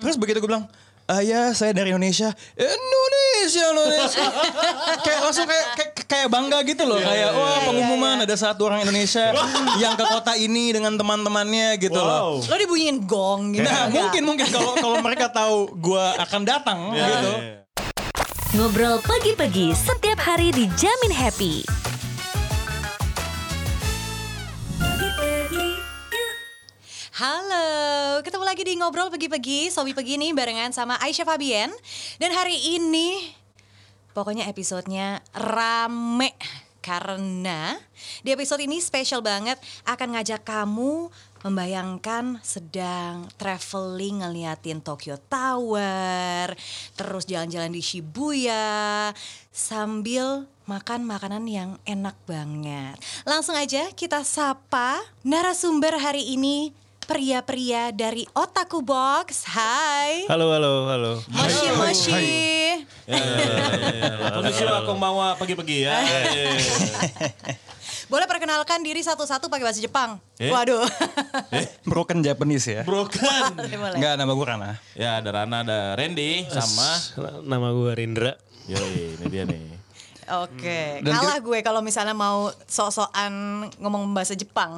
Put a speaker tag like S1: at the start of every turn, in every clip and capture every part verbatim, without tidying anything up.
S1: Terus begitu gue bilang, ayah saya dari Indonesia. Indonesia, Indonesia. Kayak langsung kayak, kayak kayak bangga gitu loh. Kayak wah pengumuman ada satu orang Indonesia yang ke kota ini dengan teman-temannya gitu loh.
S2: Lo dibunyiin gong gitu.
S1: Nah mungkin mungkin kalau kalau mereka tahu gue akan datang gitu.
S3: Ngobrol pagi-pagi setiap hari dijamin happy.
S2: Halo, ketemu lagi di Ngobrol Pagi-Pagi, Sobi Pagi nih barengan sama Aisyah Fabian. Dan hari ini pokoknya episodenya rame. Karena di episode ini spesial banget akan ngajak kamu membayangkan sedang traveling ngeliatin Tokyo Tower, terus jalan-jalan di Shibuya sambil makan makanan yang enak banget. Langsung aja kita sapa narasumber hari ini, pria-pria dari Otaku Box. Hai.
S4: Halo, halo, halo.
S2: Moshi, moshi.
S4: Ya, ya, ya, ya. Konnichiwa, konbanwa, pagi-pagi ya.
S2: Boleh perkenalkan diri satu-satu pakai bahasa Jepang.
S4: Eh?
S2: Waduh.
S1: Broken Japanese ya.
S4: Broken.
S2: Boleh.
S1: Enggak, nama gue Rana.
S4: Ya, ada Rana, ada Randy, sama.
S5: Nama gue Rindra.
S4: Yoi, ini dia nih.
S2: Oke,
S1: Dan
S2: kalah gue kalau misalnya mau sok-sokan ngomong bahasa Jepang.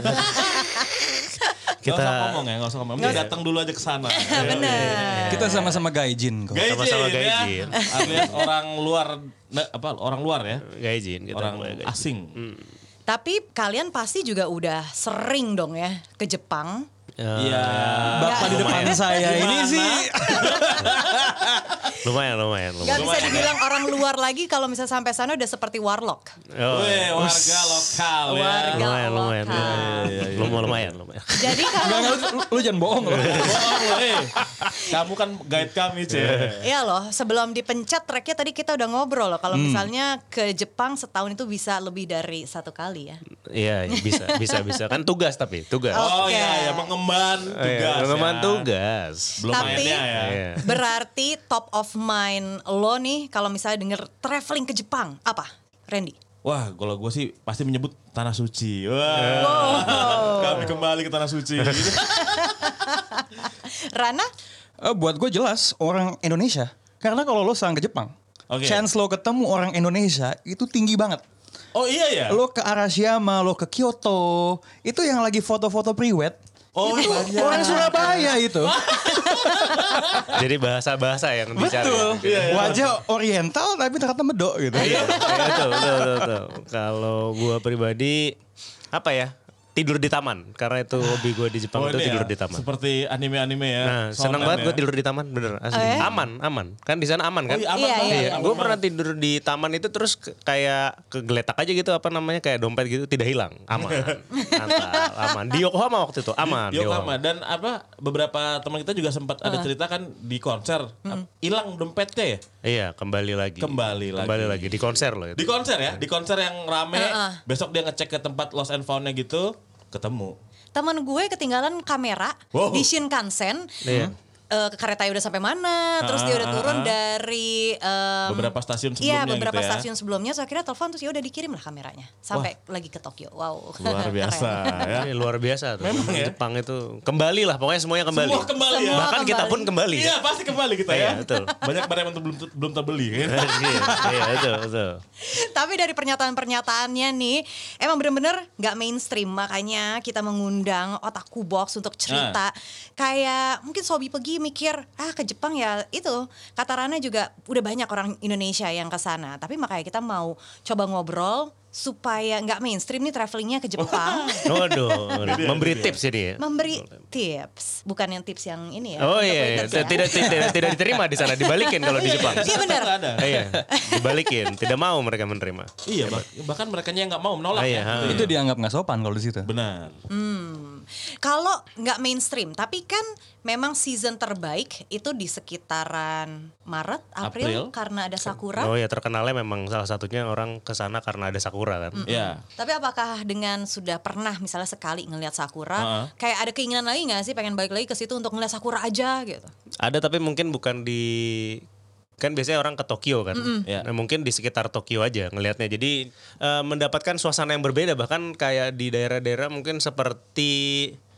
S4: Kita
S5: Kita-
S4: gak usah ngomong ya, gak usah ngomong. Mending datang dulu aja ke sana.
S2: Bener.
S1: Kita sama-sama gaijin kok.
S4: Gaijin,
S5: Sama-sama
S4: ya.
S5: gaijin.
S4: Alias orang luar, nah, apa? Orang luar ya.
S5: Gaijin kita
S4: Orang
S5: mulai gaijin.
S4: asing.
S2: Tapi kalian pasti juga udah sering dong ya ke Jepang.
S4: Iya.
S1: Bapak di depan saya ini
S4: Gimana?
S1: sih.
S5: Lumayan, lumayan,
S2: Gak
S5: lumayan.
S2: bisa dibilang orang luar lagi kalau misalnya sampai sana udah seperti warlock.
S5: Oh,
S4: Weh, warga lokal ya.
S2: Warga
S5: lumayan, lumayan,
S2: lokal.
S5: lumayan. Lumayan, lumayan, lumayan.
S2: Jadi
S1: Enggak,
S2: kalau
S1: enggak, lu, lu jangan bohong loh.
S4: Bohong lo, eh. Kamu kan guide kami, Cek.
S2: Iya loh, sebelum dipencet tracknya tadi kita udah ngobrol loh. Kalau misalnya ke Jepang setahun itu bisa lebih dari satu kali ya.
S5: Iya, iya, bisa, bisa, bisa. Kan tugas tapi, tugas.
S4: Oh
S2: Oke.
S4: iya, ya mengemban
S5: Oh, iya,
S4: tugas.
S5: pengemban
S4: ya.
S5: tugas.
S4: Belum
S2: Tapi-
S4: mainnya ya.
S5: Iya.
S2: Berarti top of mind lo nih kalau misalnya denger traveling ke Jepang, apa? Randy?
S4: Wah, kalau gue sih pasti menyebut tanah suci. Wah, kami kembali ke tanah suci.
S2: Rana?
S1: Eh, buat gue jelas orang Indonesia. Karena kalau lo sekarang ke Jepang,
S4: Oke.
S1: chance lo ketemu orang Indonesia itu tinggi banget.
S4: Oh iya ya.
S1: Lo ke Arashiyama, lo ke Kyoto, itu yang lagi foto-foto pre-wed.
S4: Oh
S1: itu
S4: banyak.
S1: orang Surabaya itu.
S5: Jadi bahasa-bahasa yang dicari.
S1: Betul.
S4: Iya, iya.
S1: Wajah oriental tapi ternyata medok gitu.
S5: Iya, iya, betul, betul, betul, betul. Kalau gue pribadi, apa ya? Tidur di taman. Karena itu hobi gue di Jepang
S4: Oh,
S5: itu
S4: ini
S5: tidur
S4: ya,
S5: di taman.
S4: Seperti anime-anime ya.
S5: Nah, seneng
S4: Shonen
S5: banget
S4: ya.
S5: gue tidur di taman, bener asli.
S2: Oh, ya?
S5: Aman, aman. Kan di sana aman
S4: Oh
S5: kan?
S4: iya, aman
S2: Iya,
S4: banget.
S2: iya,
S5: Iya,
S4: aman
S5: gue
S4: banget.
S5: pernah tidur di taman itu terus ke- kayak kegeletak aja gitu apa namanya kayak dompet gitu tidak hilang, aman, mantap, aman. Di Yokohama waktu itu aman.
S4: Di Yokohama. Dan apa beberapa teman kita juga sempat ada cerita kan di konser hilang dompetnya ya.
S5: Iya, kembali lagi.
S4: Kembali lagi.
S5: Kembali lagi di konser loh itu.
S4: Di konser ya, di konser yang rame.
S2: Heeh.
S4: Besok dia ngecek ke tempat lost and found-nya gitu, ketemu.
S2: Temen gue ketinggalan kamera
S4: Wow.
S2: di Shinkansen.
S5: Iya.
S2: Eh, ke karetanya udah sampai mana, terus dia udah
S4: Ah, ah,
S2: turun
S4: ah.
S2: dari em,
S4: Beberapa stasiun
S2: Iya,
S4: sebelumnya
S2: beberapa
S4: gitu ya.
S2: stasiun sebelumnya. So akhirnya telepon terus ya udah dikirim lah kameranya sampai lagi ke Tokyo. Wow.
S4: Luar biasa
S2: Keren.
S4: ya.
S5: Ini luar biasa tuh.
S4: Memang ya?
S5: Jepang itu kembali lah, pokoknya semuanya kembali.
S4: Semua kembali ya.
S2: Semua
S5: Bahkan kita
S2: kembali.
S5: pun kembali.
S4: Iya pasti kembali kita
S5: Iya,
S4: ya.
S5: betul.
S4: Banyak barang yang belum belum terbeli kan.
S5: Iya, iya, betul, betul.
S2: Tapi dari pernyataan-pernyataannya nih, emang bener-bener gak mainstream. Makanya kita mengundang Otaku Box untuk cerita. Kayak mungkin Sobi pergi mikir, ah ke Jepang ya itu. Kata Rana juga udah banyak orang Indonesia yang ke sana. Tapi makanya kita mau coba ngobrol supaya gak mainstream nih travelingnya ke Jepang.
S5: Waduh, memberi tips ini ya.
S2: Memberi tips. Bukan yang tips yang ini ya.
S5: Oh
S2: untuk
S5: iya, iya.
S2: waiters ya.
S5: tidak, tidak tidak diterima di sana, dibalikin kalau di Jepang.
S2: Iya benar.
S4: Nggak ada.
S5: Iya, dibalikin, tidak mau mereka menerima.
S4: Iya, bah- bahkan mereka yang nggak mau menolak
S5: Ah, iya,
S4: ya.
S5: ha.
S1: Itu dianggap nggak sopan kalau di situ.
S4: Benar.
S2: Kalau nggak mainstream, tapi kan memang season terbaik itu di sekitaran Maret, April,
S4: April.
S2: karena ada sakura.
S5: Oh ya, terkenalnya memang salah satunya orang ke sana karena ada sakura kan.
S4: Iya.
S2: Tapi apakah dengan sudah pernah misalnya sekali ngelihat sakura,
S4: Heeh.
S2: kayak ada keinginan lagi nggak sih pengen balik lagi ke situ untuk ngeliat sakura aja gitu?
S5: Ada tapi mungkin bukan di kan biasanya orang ke Tokyo kan,
S4: Ya.
S5: nah, mungkin di sekitar Tokyo aja ngelihatnya. Jadi eh, mendapatkan suasana yang berbeda bahkan kayak di daerah-daerah mungkin seperti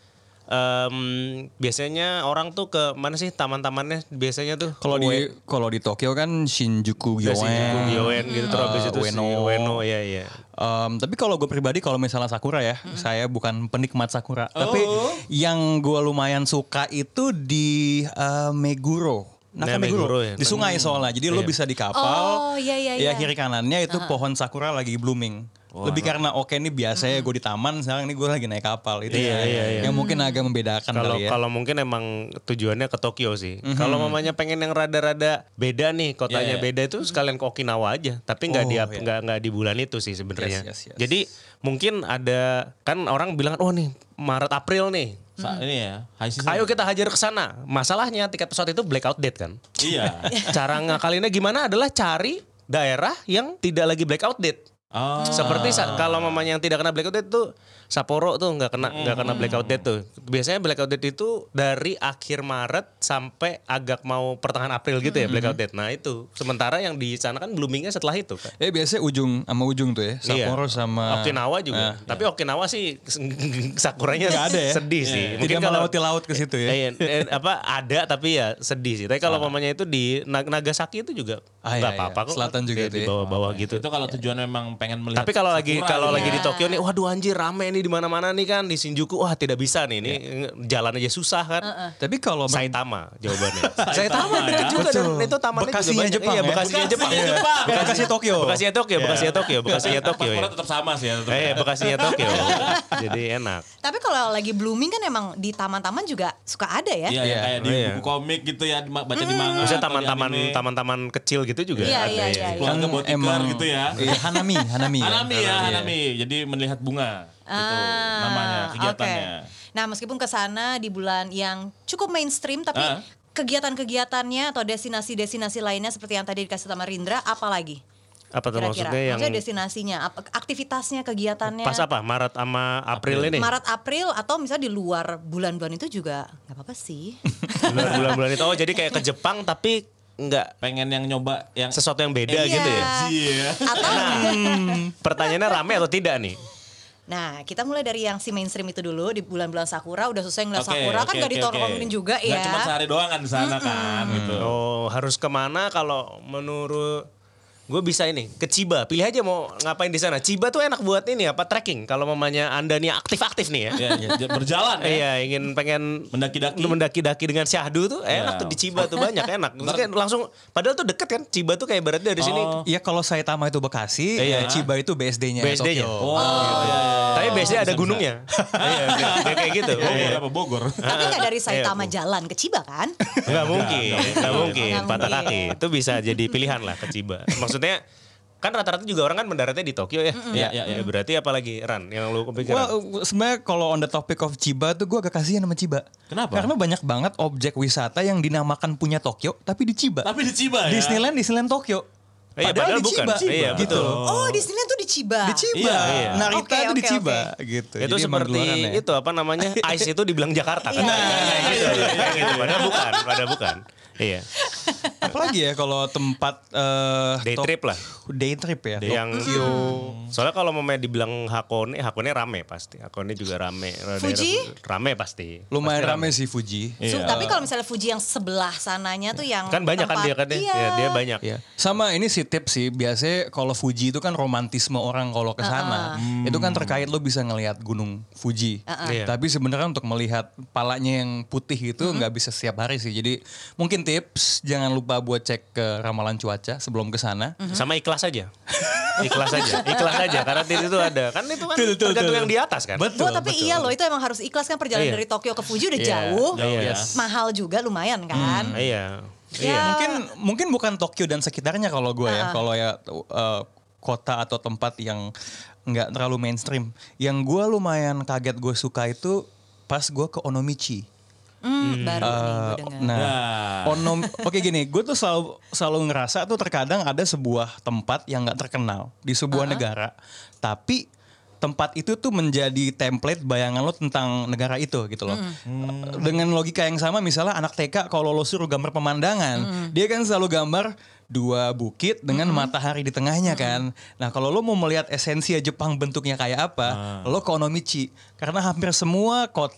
S5: em, biasanya orang tuh ke mana sih taman-tamannya biasanya tuh?
S1: Kalau di kalau di Tokyo kan Shinjuku
S5: Ke Shinjuku,
S1: Gyoen.
S5: Gyoen gitu terus habis
S1: Eh,
S5: itu
S1: Ueno.
S5: si Ueno ya ya.
S1: Um, tapi kalau gue pribadi kalau misalnya sakura ya, saya bukan penikmat sakura. Tapi yang gue lumayan suka itu di uh, Meguro.
S5: Nah,
S1: Naka
S5: Meguro
S1: Meguro,
S5: ya.
S1: di sungai soalnya. Jadi lo
S5: Iya.
S1: bisa di kapal.
S2: Oh, iya, iya,
S1: Ya
S2: iya.
S1: kiri kanannya itu pohon sakura lagi blooming. Lebih karena oke ini biasanya gue di taman, sekarang ini gue lagi naik kapal. Itu
S5: Iya,
S1: ya,
S5: iya, iya.
S1: yang mungkin agak membedakan
S5: Kalau
S1: kali ya.
S5: kalau mungkin emang tujuannya ke Tokyo sih.
S1: Mhm.
S5: Kalau mamanya pengen yang rada-rada beda nih, kotanya
S4: Iya, iya.
S5: beda itu sekalian ke Okinawa aja. Tapi nggak
S1: Oh,
S5: di
S1: iya.
S5: nggak nggak di bulan itu sih sebenarnya.
S1: Yes, yes, yes.
S5: Jadi mungkin ada kan orang bilang oh nih Maret April nih.
S4: Sa- ini ya, high season.
S5: Ayo kita hajar ke sana. Masalahnya tiket pesawat itu blackout date kan.
S4: Iya.
S5: Cara ngakalinnya gimana adalah cari daerah yang tidak lagi blackout date.
S4: Oh.
S5: Seperti sa- kalau mamanya yang tidak kena blackout date tuh Sapporo tuh nggak kena nggak kena blackout date tuh. Biasanya blackout date itu dari akhir Maret sampai agak mau pertengahan April gitu ya blackout date. Nah itu sementara yang di sana kan bloomingnya setelah itu kan.
S1: Eh biasanya ujung sama ujung tuh ya, Sapporo sama
S5: Okinawa juga.
S1: Ah,
S5: Tapi Okinawa sih sakuranya
S1: Nggak ada ya?
S5: sedih sih.
S1: tidak melewati laut ke situ ya.
S5: Eh, eh, apa ada tapi ya sedih sih. Tapi kalau mamanya itu di Nag- Nagasaki itu juga
S1: Ah,
S5: nggak
S1: iya,
S5: apa-apa
S1: iya.
S5: kok.
S1: Selatan juga
S5: Di-
S1: itu
S5: di
S1: ya.
S5: bawah-bawah gitu.
S4: Itu kalau tujuan memang pengen melihat.
S5: Tapi kalau lagi
S4: sakura
S5: kalau
S4: gitu
S5: lagi
S4: ya.
S5: di Tokyo nih, waduh anjir rame nih di mana-mana nih kan di Shinjuku, wah tidak bisa nih, ini jalan aja susah kan.
S1: Tapi kalau
S5: Saitama jawabannya. Saitama
S4: ya.
S5: deket juga dan
S1: Betul.
S5: itu tamannya
S1: Bekasinya
S5: juga banyak.
S1: Jepang
S5: Iya,
S1: ya.
S5: Bekasinya Jepang.
S4: Bekasinya Jepang.
S1: Bekasi Tokyo.
S5: Bekasinya Tokyo, Bekasinya Tokyo, Bekasinya Tokyo.
S4: Paspornya
S5: ya.
S4: tetap sama sih ya. Tetap
S5: Eh,
S4: ya.
S5: Bekasinya Tokyo. Jadi enak.
S2: Tapi kalau lagi blooming kan emang di taman-taman juga suka ada ya.
S4: Iya,
S1: Iya.
S4: ya, kayak di
S5: Iya.
S4: buku komik gitu ya, di- baca di manga.
S5: Maksudnya
S4: atau di
S5: taman-taman
S4: anime.
S5: taman-taman kecil gitu juga
S2: Iya,
S5: ada
S2: iya,
S5: ya.
S2: iya, iya.
S4: Keluarga
S1: Yang
S4: bodyguard
S1: emang
S4: gitu ya.
S1: Iya, Hanami, Hanami. ya.
S4: Hanami ya,
S1: Iya.
S4: Hanami. Jadi melihat bunga. Itu
S2: Ah,
S4: namanya kegiatannya.
S2: oke. Nah, meskipun ke sana di bulan yang cukup mainstream tapi
S4: Ah.
S2: kegiatan-kegiatannya atau destinasi-destinasi lainnya seperti yang tadi dikasih sama Rindra apalagi?
S5: Apa tuh
S2: Kira-kira.
S5: maksudnya yang
S2: Maksudnya destinasinya, apa- aktivitasnya, kegiatannya.
S5: pas apa? Maret sama April ini?
S2: Maret, April atau misalnya di luar bulan-bulan itu juga nggak apa-apa sih.
S5: Bulan-bulan itu. Oh, jadi kayak ke Jepang tapi nggak
S4: Pengen yang nyoba yang
S5: sesuatu yang beda gitu ya.
S4: Iya.
S2: Atau
S5: Pertanyaannya rame atau tidak nih?
S2: nah, kita mulai dari yang si mainstream itu dulu di bulan-bulan Sakura, udah selesai ngeliat
S4: Oke,
S2: Sakura kan
S4: oke,
S2: gak
S4: oke,
S2: ditontonin
S4: oke.
S2: juga
S4: Nggak
S2: ya.
S4: cuma sehari doang kan di sana kan gitu.
S5: Oh, harus kemana kalau menurut gue bisa ini ke Chiba. Pilih aja mau ngapain di sana. Chiba tuh enak buat ini apa trekking. Kalau mamanya anda nih aktif-aktif nih ya.
S4: Iya, iya, berjalan ya.
S5: Iya, ingin pengen
S4: Mendaki-daki.
S5: mendaki-daki dengan syahdu tuh enak
S4: Iya.
S5: tuh di Chiba tuh banyak enak. Maksudnya langsung padahal tuh deket kan. Chiba tuh kayak berarti dari sini.
S4: Oh.
S1: Iya kalau Saitama itu Bekasi,
S5: Iya.
S1: ya Chiba itu B S D-nya
S5: B S D-nya.
S1: Tokyo.
S4: Oh, iya, iya.
S5: Tapi biasanya ada
S4: Bisa-bisa.
S5: gunungnya. Iya, kayak- kayak kayak gitu.
S4: Bogor
S5: Iya.
S4: apa Bogor?
S2: Tapi nggak dari Saitama jalan ke Chiba kan?
S5: Nggak mungkin, nggak mungkin.
S2: Nggak
S5: Patah
S2: mungkin.
S5: kaki itu bisa jadi pilihan lah ke Chiba. Maksudnya kan rata-rata juga orang kan mendaratnya di Tokyo ya.
S4: Iya, iya, iya.
S5: Ya, berarti apalagi Ran yang lu kepikiran?
S1: Wah, sebenarnya kalau on the topic of Chiba tuh gue agak kasihan sama Chiba.
S4: Kenapa?
S1: Karena banyak banget objek wisata yang dinamakan punya Tokyo, tapi di Chiba.
S4: Tapi di Chiba ya.
S1: Disneyland, Disneyland Tokyo.
S5: Iya,
S1: Padahal
S5: padahal
S1: di
S5: bukan.
S1: Chiba,
S5: Iya,
S1: gitu
S5: betul.
S1: loh.
S2: Oh, Disneyland tuh di Chiba.
S1: Di Chiba,
S4: Iya,
S5: iya.
S1: Narita
S2: Oke,
S1: itu di
S2: oke,
S1: Chiba,
S2: oke.
S1: gitu.
S5: Itu
S1: Jadi emang
S5: seperti
S1: duluan ya.
S5: itu apa namanya? Ice itu dibilang Jakarta kan?
S2: Iya,
S5: Nah,
S2: iya,
S5: kayak gitu. Kayak gitu. Padahal bukan, padahal bukan. Iya.
S1: Apalagi ya kalau tempat eh,
S5: Day
S1: Tok-
S5: trip lah.
S1: Day trip ya.
S5: Yang
S1: Tokyo.
S5: soalnya kalau mau dibilang Hakone, Hakone rame pasti. Hakone juga rame.
S2: Fuji?
S5: Daerah- Rame pasti.
S1: Lumayan
S5: Pasti
S1: rame sih Fuji.
S2: Su-
S4: Iya.
S2: Tapi kalau misalnya Fuji yang sebelah sananya tuh yang
S5: Kan banyak kan
S2: tempat-
S5: dia kan dia.
S2: Iya.
S5: Ya, dia banyak.
S1: Ya. Sama ini sih tips sih, biasanya kalau Fuji itu kan romantisme orang kalau ke sana. Itu kan terkait lo bisa ngelihat gunung Fuji.
S5: Iya.
S1: Tapi sebenarnya untuk melihat palanya yang putih itu nggak bisa setiap hari sih. Jadi mungkin tips jangan lupa buat cek ke ramalan cuaca sebelum ke sana.
S5: Sama ikhlas aja. Ikhlas aja. Ikhlas aja karena di itu ada. Kan itu kan
S1: Betul, betul,
S5: tergantung
S1: betul.
S5: yang di atas kan.
S2: Wah, tapi iya loh itu emang harus ikhlas kan perjalanan
S5: Iya.
S2: dari Tokyo ke Fuji udah
S1: Iya,
S2: jauh.
S5: jauh ya.
S2: Mahal juga lumayan kan.
S5: Iya.
S2: Ya.
S5: Iya.
S1: Mungkin mungkin bukan Tokyo dan sekitarnya kalau gue ya. Kalau ya uh, kota atau tempat yang nggak terlalu mainstream. Yang gue lumayan kaget gue suka itu pas gue ke Onomichi.
S2: Hmm, baru nih gue
S1: Uh,
S2: dengar.
S1: nah,
S4: Nah.
S1: onom, oke gini, gue tuh selalu selalu ngerasa tuh terkadang ada sebuah tempat yang nggak terkenal di sebuah negara, tapi tempat itu tuh menjadi template bayangan lo tentang negara itu gitu loh. Uh, Dengan logika yang sama, misalnya anak T K kalau lo suruh gambar pemandangan, dia kan selalu gambar dua bukit dengan matahari di tengahnya kan. Nah kalau lo mau melihat esensi Jepang bentuknya kayak apa, lo ke Onomichi karena hampir semua kota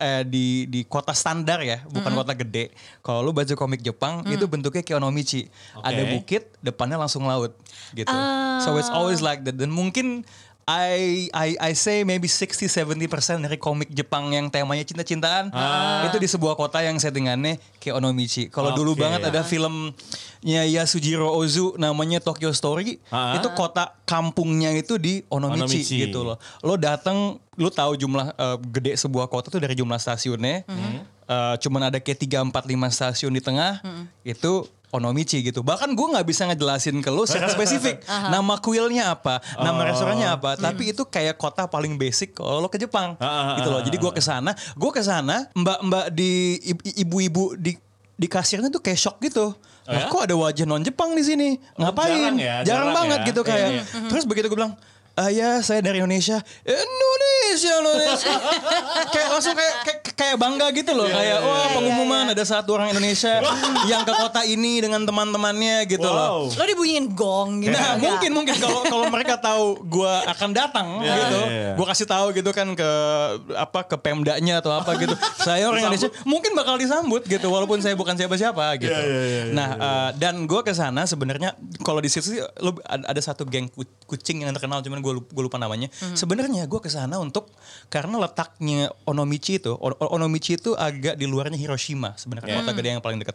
S1: eh, di di kota standar ya, bukan
S2: Mm-hmm.
S1: kota gede. Kalau lu baca komik Jepang itu bentuknya kayak onomichi.
S4: Oke.
S1: Ada bukit, depannya langsung laut gitu.
S2: Ah.
S1: So it's always like that. Dan mungkin I I I say maybe sixty to seventy percent dari komik Jepang yang temanya cinta-cintaan itu di sebuah kota yang settingannya kayak onomichi. Kalau dulu
S4: Oke.
S1: banget ada filmnya Yasujiro Ozu namanya Tokyo Story,
S4: Ah.
S1: itu kota kampungnya itu di onomichi,
S4: Onomichi.
S1: gitu loh. Lo datang, lo tahu jumlah eh, gede sebuah kota tuh dari jumlah stasiunnya. Eh, cuman ada kayak tiga empat lima stasiun di tengah. Itu onomichi gitu. Bahkan gue nggak bisa ngejelasin ke lo secara spesifik nama kuilnya apa, nama restorannya apa. Tapi itu kayak kota paling basic kalau lo ke Jepang
S4: Ah, ah,
S1: gitu loh.
S4: ah,
S1: Jadi gue kesana, gue kesana, mbak-mbak di i- ibu-ibu di di kasirnya tuh kayak shock gitu. Nah,
S4: ya?
S1: kok ada wajah non Jepang di sini? Ngapain?
S4: jarang ya,
S1: Jarang,
S4: jarang
S1: banget
S4: ya.
S1: gitu
S4: Iya,
S1: kayak.
S4: iya.
S1: Terus begitu gue bilang, "Ah ya, saya dari Indonesia." Indonesia, Indonesia. Kayak langsung kayak, kayak kayak bangga gitu loh, kayak wah pengumuman ada satu orang Indonesia yang ke kota ini dengan teman-temannya gitu loh.
S4: Wow.
S2: Lo dibunyiin gong gitu.
S1: Nah,
S2: Enggak.
S1: mungkin mungkin kalau kalau mereka tahu gua akan datang
S4: Iya,
S1: gitu,
S4: iya, iya.
S1: gua kasih tahu gitu kan ke apa ke Pemdanya atau apa gitu. Saya orang Indonesia, mungkin bakal disambut gitu walaupun saya bukan siapa-siapa gitu.
S4: Iya, iya, iya,
S1: Nah, eh, dan gua ke sana sebenarnya kalau di situ sih lu ada ada satu geng ku- kucing yang terkenal cuman gua lupa, gua lupa namanya. Sebenarnya gua ke sana untuk karena letaknya Onomichi itu, O- O- Onomichi itu agak di luarnya Hiroshima sebenarnya, kota gede yang paling dekat.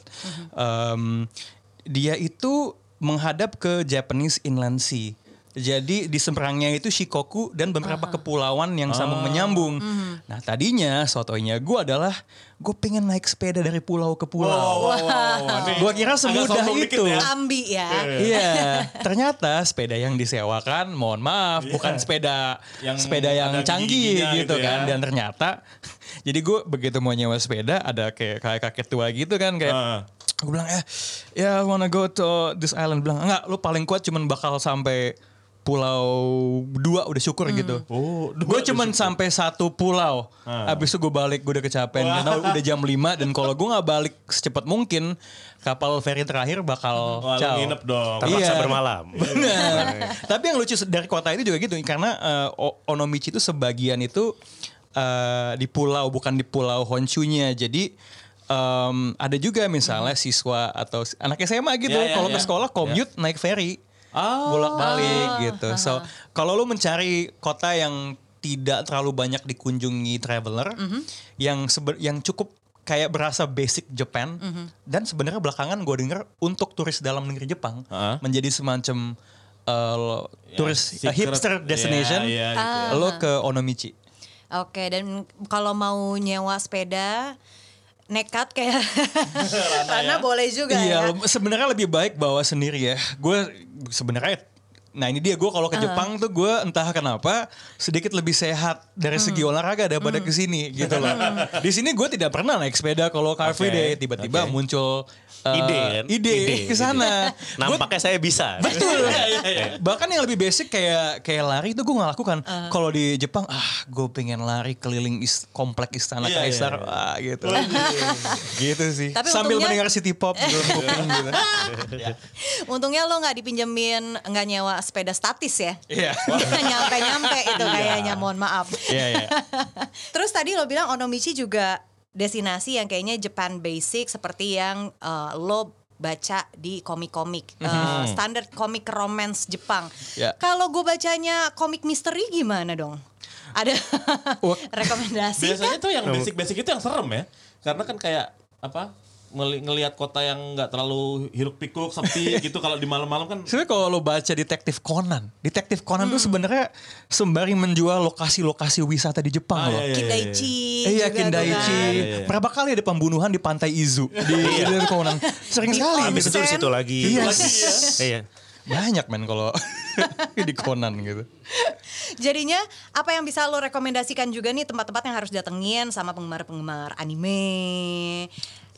S1: Em, dia itu menghadap ke Japanese Inland Sea. Jadi di seberangnya itu Shikoku dan beberapa kepulauan yang sambung menyambung. Nah tadinya sotoynya gue adalah gue pengen naik sepeda dari pulau ke pulau.
S4: Wow, wow, wow. Nih,
S1: Gue kira
S4: agak
S1: semudah
S4: sombong dikit
S1: itu.
S4: ya.
S2: Ambi ya.
S1: Iya, ternyata sepeda yang disewakan, mohon maaf, bukan sepeda
S4: Yang
S1: sepeda yang
S4: ada
S1: canggih
S4: gigi-giginya
S1: gitu
S4: gitu ya.
S1: kan. Dan ternyata, jadi gue begitu mau nyewa sepeda, ada kayak kayak kakek tua gitu kan kayak.
S4: Ah.
S1: Gue bilang eh, ya wanna go to this island. Bilang enggak, lu paling kuat cuman bakal sampai pulau dua udah syukur gitu.
S4: Oh, dua
S1: Gue
S4: udah
S1: cuman
S4: syukur.
S1: sampai satu pulau.
S4: Ah.
S1: Abis itu gue balik, gue udah kecapean karena udah jam lima dan kalau gue nggak balik secepat mungkin kapal feri terakhir bakal
S4: Wah, lu
S1: ciao.
S4: nginep dong.
S5: Terpaksa
S1: Iya.
S5: bermalam.
S1: Benar. Tapi yang lucu dari kota itu juga gitu karena eh, O- Onomichi itu sebagian itu eh, di pulau bukan di pulau Honshu-nya. Jadi em, ada juga misalnya siswa atau si- anak S M A gitu
S4: Ya, ya,
S1: kalau
S4: ya.
S1: ke sekolah commute naik ferry.
S4: Ah.
S1: Bolak-balik gitu. So, kalau lu mencari kota yang tidak terlalu banyak dikunjungi traveler yang sebe- yang cukup kayak berasa basic Japan dan sebenarnya belakangan gue denger untuk turis dalam negeri Jepang
S4: Ah.
S1: menjadi semacam uh, turis uh,
S4: secret.
S1: hipster destination
S4: Iya, iya, gitu ya.
S1: lo ke Onomichi.
S2: Oke, dan kalau mau nyewa sepeda nekat kayak Rana boleh juga ya.
S1: Iya, sebenarnya lebih baik bawa sendiri ya. Gue sebenarnya, nah ini dia gue kalau ke Jepang tuh gue entah kenapa sedikit lebih sehat dari segi olahraga daripada ke sini gitu loh. Di sini gue tidak pernah naik sepeda kalau Car Free
S4: Oke,
S1: Day, tiba-tiba
S4: oke.
S1: muncul uh,
S5: Ide kan?
S1: ide,
S5: Ide,
S1: ke sana. Gua-
S5: Nampaknya saya bisa.
S1: Betul.
S4: Iya,
S1: Bahkan yang lebih basic kayak kayak lari itu gue nggak lakukan. Kalau di Jepang, ah gue pengen lari keliling is, komplek Istana
S4: Iya,
S1: Kaisar,
S4: iya, iya.
S1: ah gitu. gitu sih.
S2: Tapi
S1: Sambil
S2: untungnya-
S1: mendengar City Pop di dalam kuping gitu.
S2: Untungnya lo nggak dipinjemin nggak nyewa sepeda statis ya.
S1: Iya.
S2: Nyampe-nyampe itu kayaknya, mohon maaf.
S1: Iya, iya.
S2: Terus tadi lo bilang Onomichi juga destinasi yang kayaknya Japan basic seperti yang eh, lo baca di komik-komik eh, standar komik romance Jepang.
S1: Ya.
S2: Kalau gue bacanya komik misteri gimana dong? Ada
S1: Wah.
S2: rekomendasi
S4: Biasanya
S2: kan?
S4: tuh yang basic-basic itu yang serem ya. Karena kan kayak apa? ngeli- ngelihat kota yang nggak terlalu hiruk pikuk sepi gitu kalau di malam-malam kan.
S1: Sebenarnya kalau lo baca Detektif Conan, Detektif Conan tuh sebenarnya sembari menjual lokasi-lokasi wisata di Jepang
S4: Ah,
S1: loh.
S4: iya, iya.
S2: Kindaichi
S1: Iya,
S2: juga
S1: Kindaichi.
S2: tuh kan.
S4: Iya, iya.
S1: Berapa kali ada pembunuhan di Pantai Izu di Detektif Conan? Sering
S2: Di
S1: sekali.
S5: Habis
S1: gitu.
S5: itu di situ lagi.
S1: Iya.
S5: Iya.
S1: Banyak men kalau di Conan gitu.
S2: Jadinya apa yang bisa lo rekomendasikan juga nih tempat-tempat yang harus datengin sama penggemar-penggemar anime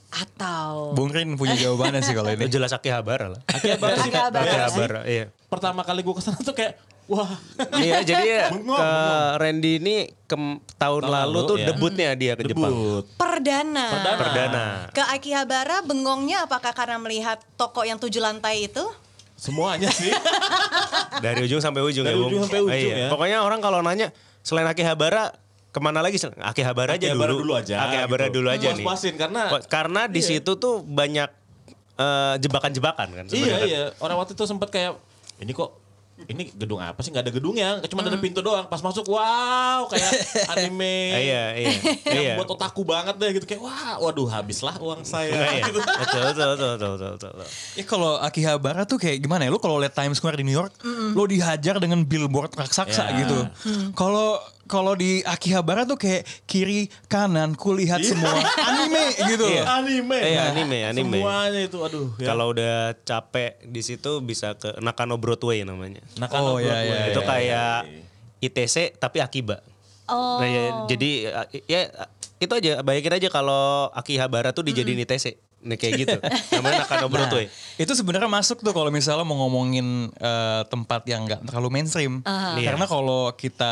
S2: atau
S1: Bung Rin punya jawabannya sih kalau ini.
S5: Jelas Akihabara lah.
S4: Akihabara sih, Kak.
S2: Akihabara.
S4: Bener sih.
S5: Akihabara, iya.
S4: Pertama kali gue kesana tuh kayak wah.
S5: Iya, jadi ya,
S4: Bengong,
S5: ke
S4: bengong.
S5: Randy ini ke tahun
S4: Tahun
S5: lalu
S4: lalu,
S5: tuh
S4: ya.
S5: debutnya dia ke Jepang.
S4: Debut.
S2: perdana.
S4: Perdana.
S5: Perdana.
S2: Ke Akihabara bengongnya apakah karena melihat toko yang tujuh lantai itu?
S4: Semuanya sih.
S5: Dari ujung sampai ujung
S4: Dari
S5: ya, Bung.
S4: ujung sampai ujung
S5: Ah, iya.
S4: ya.
S5: Pokoknya orang kalau nanya selain Akihabara kemana lagi? Akihabara aja
S4: Akihabara
S5: dulu.
S4: dulu aja,
S5: Akihabara
S4: gitu.
S5: dulu aja nih.
S4: Puas-puasin, karena-
S5: karena di
S4: Iya.
S5: situ tuh banyak eh, jebakan-jebakan kan
S4: Iya
S5: sebenarnya.
S4: iya, orang waktu itu sempat kayak ini kok ini gedung apa sih, nggak ada gedungnya, cuma ada pintu doang. Pas masuk, wow, kayak anime.
S5: Iya, iya.
S4: Yang
S5: Iya.
S4: buat otaku banget deh gitu, kayak wah, waduh habislah uang saya.
S5: Iya.
S4: Gitu.
S5: Betul, betul, betul, betul, betul, betul.
S1: Ya kalau Akihabara tuh kayak gimana ya? Lu kalau lihat Times Square di New York, lo dihajar dengan billboard raksasa
S4: Ya.
S1: gitu. Kalau kalau di Akihabara tuh kayak kiri kanan kulihat semua anime gitu.
S5: Iya.
S4: Anime.
S5: Iya, anime, anime.
S4: Semuanya itu, aduh. Ya.
S5: Kalau udah capek di situ bisa ke Nakano Broadway namanya.
S4: Nakano
S1: Oh, iya,
S4: Broadway.
S1: iya,
S5: Itu kayak I T C tapi Akiba.
S2: Oh.
S5: Nah, ya, jadi ya itu aja, bayangin aja kalau Akihabara tuh dijadiin I T C. Nih kayak gitu. Namanya Nakano Broadway.
S1: Itu sebenarnya masuk tuh kalau misalnya mau ngomongin eh, tempat yang nggak terlalu mainstream. Karena kalau kita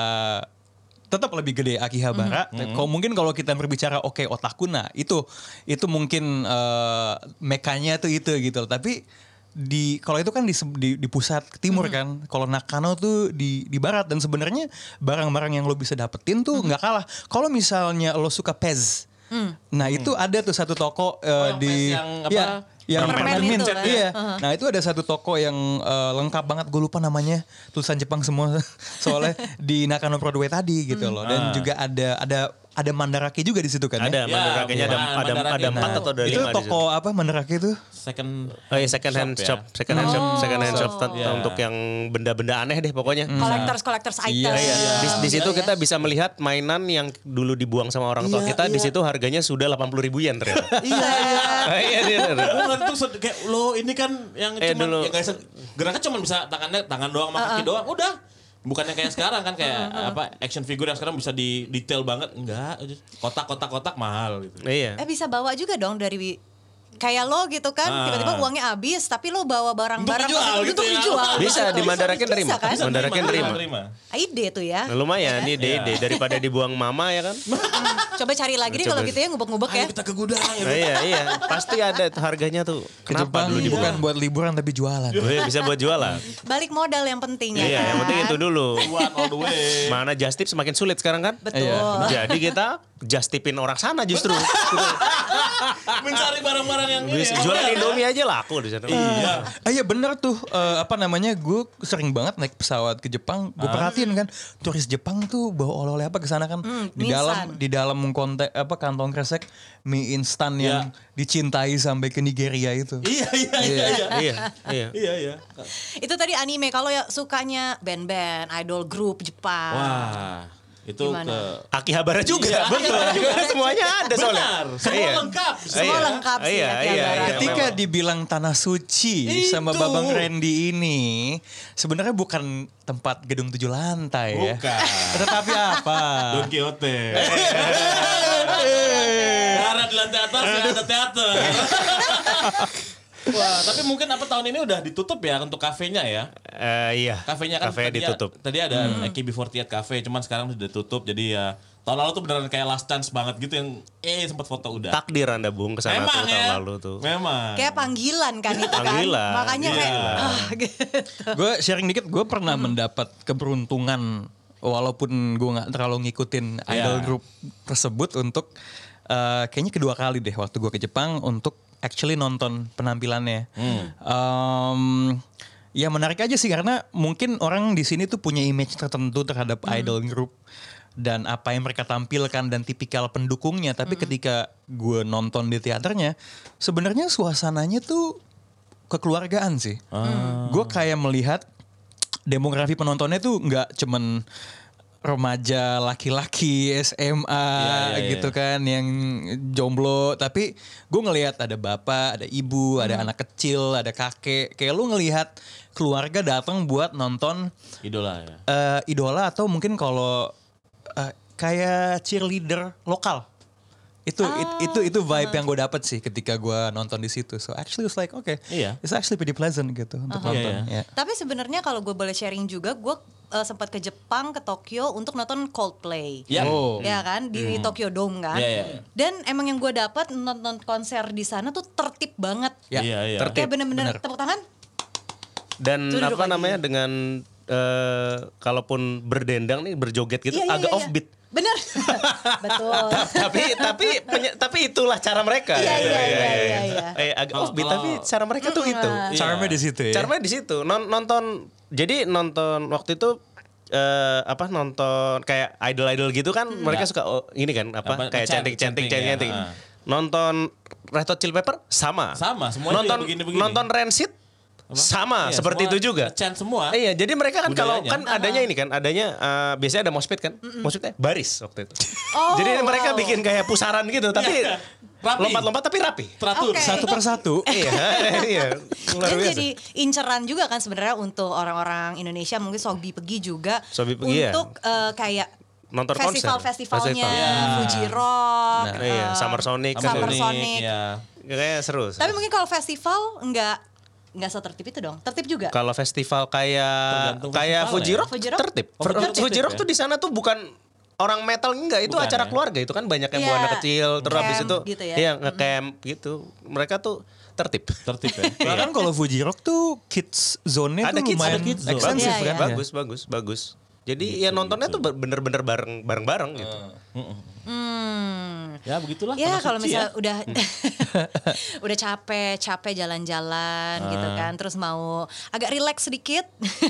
S1: tetap lebih gede Akihabara. Kalau mungkin kalau kita berbicara oke otaku, nah itu itu mungkin eh, mekanya tuh itu gitu. Tapi di kalau itu kan di, di, di pusat timur kan. Kalau Nakano tuh di di barat, dan sebenarnya barang-barang yang lo bisa dapetin tuh nggak kalah. Kalau misalnya lo suka Pez, nah itu ada tuh satu toko eh,
S4: Oh, yang
S1: di
S4: Pez yang apa?
S1: ya, yang
S2: Permen
S1: permen
S2: itu
S1: mint.
S2: kan?
S1: Iya. Nah itu ada satu toko yang eh, lengkap banget, gue lupa namanya, tulisan Jepang semua soalnya di Nakano Broadway tadi gitu loh. Dan
S4: Ah.
S1: juga ada ada ada Mandarake juga di situ kan
S5: Ada
S1: ya.
S5: Mandarakenya ada
S4: bukan,
S5: ada
S4: Mandarake.
S5: ada empat
S4: Nah,
S5: atau ada
S1: Itu
S5: lima di situ.
S1: toko apa Mandarake itu?
S4: Second
S5: Oh iya, second hand
S4: ya.
S5: shop, second hand shop, second hand shop t-
S4: Iya.
S5: untuk yang benda-benda aneh deh pokoknya.
S2: Collectors collectors items.
S1: Iya,
S5: Iya, di, di situ
S2: Iya,
S5: kita
S2: ya.
S5: bisa melihat mainan yang dulu dibuang sama orang tua
S4: Iya,
S5: kita. Di
S4: iya.
S5: situ harganya sudah delapan puluh ribu yen ternyata.
S4: Iya iya.
S5: Iya, iya, iya.
S4: Gue ngeliat tuh sed- kayak lo ini kan yang
S5: Eh,
S4: cuma
S5: dulu.
S4: ya guys, geraknya cuma bisa tangannya tangan doang sama kaki doang, udah. Bukannya kayak sekarang kan kayak apa action figure yang sekarang bisa di detail banget, enggak, kotak-kotak kotak mahal gitu.
S5: Iya.
S2: Eh bisa bawa juga dong dari kayak lo gitu kan,
S4: Ah.
S2: tiba-tiba uangnya habis tapi lo bawa barang-barang
S4: Untuk dijual gitu
S2: untuk
S4: ya.
S2: dijual.
S5: Bisa,
S2: Gitu.
S5: di Mandarake
S2: Bisa
S5: nerima.
S2: kan?
S5: Bisa. Mandarake nerima.
S2: Ide tuh ya.
S5: Nah, lumayan nih ide daripada dibuang mama ya kan.
S2: Coba cari lagi deh
S5: Coba.
S2: kalau gitu ya, ngubek-ngubek ya.
S4: Ayo kita ke gudang gitu.
S5: Nah, iya iya, pasti ada tuh harganya tuh.
S1: Ke
S5: Kenapa
S1: Jepang
S5: dulu dibuang?
S1: bukan buat liburan tapi jualan.
S5: Oh, iya, bisa buat jualan.
S2: Balik modal yang penting ya.
S5: Iya,
S2: kan?
S5: yang penting itu dulu.
S4: One all the way.
S5: Mana just tip semakin sulit sekarang kan?
S2: Betul.
S1: Iya.
S5: Jadi kita just tipin orang sana justru.
S4: Mencari barang-barang yang ini.
S5: Bisa
S4: ya.
S5: jualan Indomie aja laku di sana.
S4: Iya.
S1: Ah iya bener tuh eh, apa namanya, gue sering banget naik pesawat ke Jepang, gue perhatiin kan turis Jepang tuh bawa oleh-oleh apa ke sana kan, di
S2: mie
S1: dalam
S2: instan.
S1: di dalam kontek apa kantong kresek mie instan yang
S4: Iya.
S1: dicintai sampai ke Nigeria itu.
S4: Iya iya iya iya.
S5: Iya, iya.
S4: Iya iya.
S2: Itu tadi anime, kalau ya sukanya band-band, idol group Jepang.
S4: Wah, itu
S2: Gimana?
S4: ke
S5: Akihabara juga,
S4: Iya,
S5: betul. Semuanya ada soalnya.
S4: benar, semua
S5: Iya.
S4: lengkap.
S2: Semua
S5: Iya.
S2: lengkap sih
S5: Iya,
S2: Akihabara.
S5: iya, iya.
S1: Ketika
S5: memang.
S1: dibilang tanah suci sama
S4: Itu.
S1: Babang Randy ini sebenarnya bukan tempat gedung tujuh lantai ya.
S4: Bukan.
S1: Tetapi apa?
S4: Don Quixote. Karena di lantai atas ya ada teater. Wah, tapi mungkin apa tahun ini udah ditutup ya untuk kafenya ya?
S5: Eh, iya.
S4: Kafenya kan
S5: Kafe
S4: tadi,
S5: ditutup.
S4: tadi ada A K B empat puluh delapan Cafe, cuman sekarang sudah tutup. Jadi ya tahun lalu tuh beneran kayak last chance banget gitu yang eh sempat foto udah.
S5: Takdir Anda Bung kesana
S4: Memang
S5: tuh
S4: ya.
S5: tahun lalu tuh.
S4: Memang.
S2: Kayak panggilan kan itu kan.
S5: Panggilan,
S2: Makanya kayak
S4: iya.
S2: ah, gitu.
S1: Gue sharing dikit, gue pernah mendapat keberuntungan walaupun gue nggak terlalu ngikutin idol
S4: Iya.
S1: group tersebut untuk eh, kayaknya kedua kali deh waktu gue ke Jepang untuk actually nonton penampilannya. Em, ya menarik aja sih karena mungkin orang di sini tuh punya image tertentu terhadap idol group dan apa yang mereka tampilkan dan tipikal pendukungnya. Tapi ketika gue nonton di teaternya, sebenarnya suasananya tuh kekeluargaan sih. Gue kayak melihat demografi penontonnya tuh nggak cuman remaja laki-laki S M A
S4: Iya, iya,
S1: gitu kan yang jomblo, tapi gue ngelihat ada bapak, ada ibu, ada anak kecil, ada kakek. Kayak lu ngelihat keluarga datang buat nonton
S4: Idola ya.
S1: eh, idola atau mungkin kalau eh, kayak cheerleader lokal. Itu it- itu itu vibe yang gue dapet sih ketika gue nonton di situ. So actually it's like okay,
S4: Iya.
S1: it's actually pretty pleasant gitu untuk nonton.
S4: Iya,
S1: ya.
S2: Tapi sebenarnya kalau gue boleh sharing juga, gue uh, sempat ke Jepang, ke Tokyo untuk nonton Coldplay.
S4: Ya.
S1: Oh.
S2: Ya kan di Tokyo Dome kan.
S4: Iya, iya.
S2: Dan emang yang gue dapat nonton konser di sana tuh tertib banget.
S1: Ya,
S4: Iya, iya.
S5: tertib.
S2: Kayak bener-bener
S1: bener.
S2: tepuk tangan.
S5: Dan
S2: Tuh, duduk
S5: apa
S2: lagi.
S5: namanya dengan eh, kalaupun berdendang nih berjoget gitu
S2: Iya, iya,
S5: agak
S2: iya,
S5: offbeat.
S2: Bener. Betul.
S5: tapi tapi penye- tapi itulah cara mereka.
S2: Iya, iya, iya, iya, iya.
S5: Eh agak
S4: Kalau-
S5: offbeat tapi cara mereka tuh itu.
S1: Charmnya di situ ya.
S5: Charmnya di situ. Non- nonton jadi nonton waktu itu eh, apa nonton kayak idol-idol gitu kan mereka suka oh, ini kan apa,
S4: Apa,
S5: kayak
S4: cantik,
S5: cantik-cantik
S4: cantik,
S5: cantik.
S4: ya.
S5: Nonton Red Hot Chili Pepper sama.
S4: Sama, semuanya
S5: nonton
S4: juga begini-begini.
S5: nonton Rancid sama
S4: Iya,
S5: seperti
S4: semua
S5: itu juga.
S4: ngechan semua.
S5: Iya, jadi mereka kan kalau
S4: Budayanya.
S5: kan adanya ini kan, adanya eh, biasanya ada moshpit kan, moshpitnya baris waktu itu.
S2: Oh,
S5: jadi mereka
S2: wow.
S5: bikin kayak pusaran gitu, tapi
S4: Iya. Rapi.
S5: lompat-lompat tapi rapi.
S4: Teratur.
S2: Oke.
S1: Satu persatu.
S5: iya, iya, luar
S2: Dan
S5: biasa.
S2: jadi inceran juga kan sebenarnya untuk orang-orang Indonesia mungkin Sobi pergi juga
S5: Sobi pergi, iya.
S2: untuk eh, kayak
S5: Nonton konser.
S2: festival-festivalnya,
S5: Festival.
S4: Iya.
S2: Fuji Rock,
S5: Nah, iya, Summer Sonic,
S2: Summer
S5: gitu.
S2: Sonic.
S4: Ya.
S5: Kayaknya seru.
S2: Tapi mungkin kalau festival enggak enggak setertib itu dong. Tertib juga.
S5: Kalau festival kayak
S4: Tergantung
S5: kayak
S4: festival
S5: Fuji
S4: ya.
S5: Rock,
S2: Fuji Rock?
S5: tertib.
S4: Oh, Fuji Rock
S5: Fuji
S4: tertib
S5: Rock
S4: ya?
S5: tuh di sana tuh bukan orang metal enggak, itu
S4: Bukan
S5: acara
S4: ya?
S5: keluarga itu kan banyak yang
S2: Iya.
S5: bawa anak kecil terus habis
S2: Camp
S5: itu
S2: gitu ya.
S5: iya nge-camp gitu. Mereka tuh tertib.
S4: Tertib ya.
S1: Bahkan kalau Fuji Rock tuh kids zone-nya
S5: Ada
S1: tuh
S5: kids,
S1: lumayan
S4: ada kids zone.
S1: ekstensif
S2: Iya,
S1: kan.
S2: iya.
S5: Bagus, bagus, bagus. Jadi ya nontonnya tuh bener-bener bareng bareng-bareng gitu.
S2: Hmm.
S4: Ya begitulah.
S2: Ya
S4: tanah
S2: kalau
S4: suci
S2: misalnya
S4: ya.
S2: udah udah capek, capek jalan-jalan gitu kan, terus mau agak relax sedikit.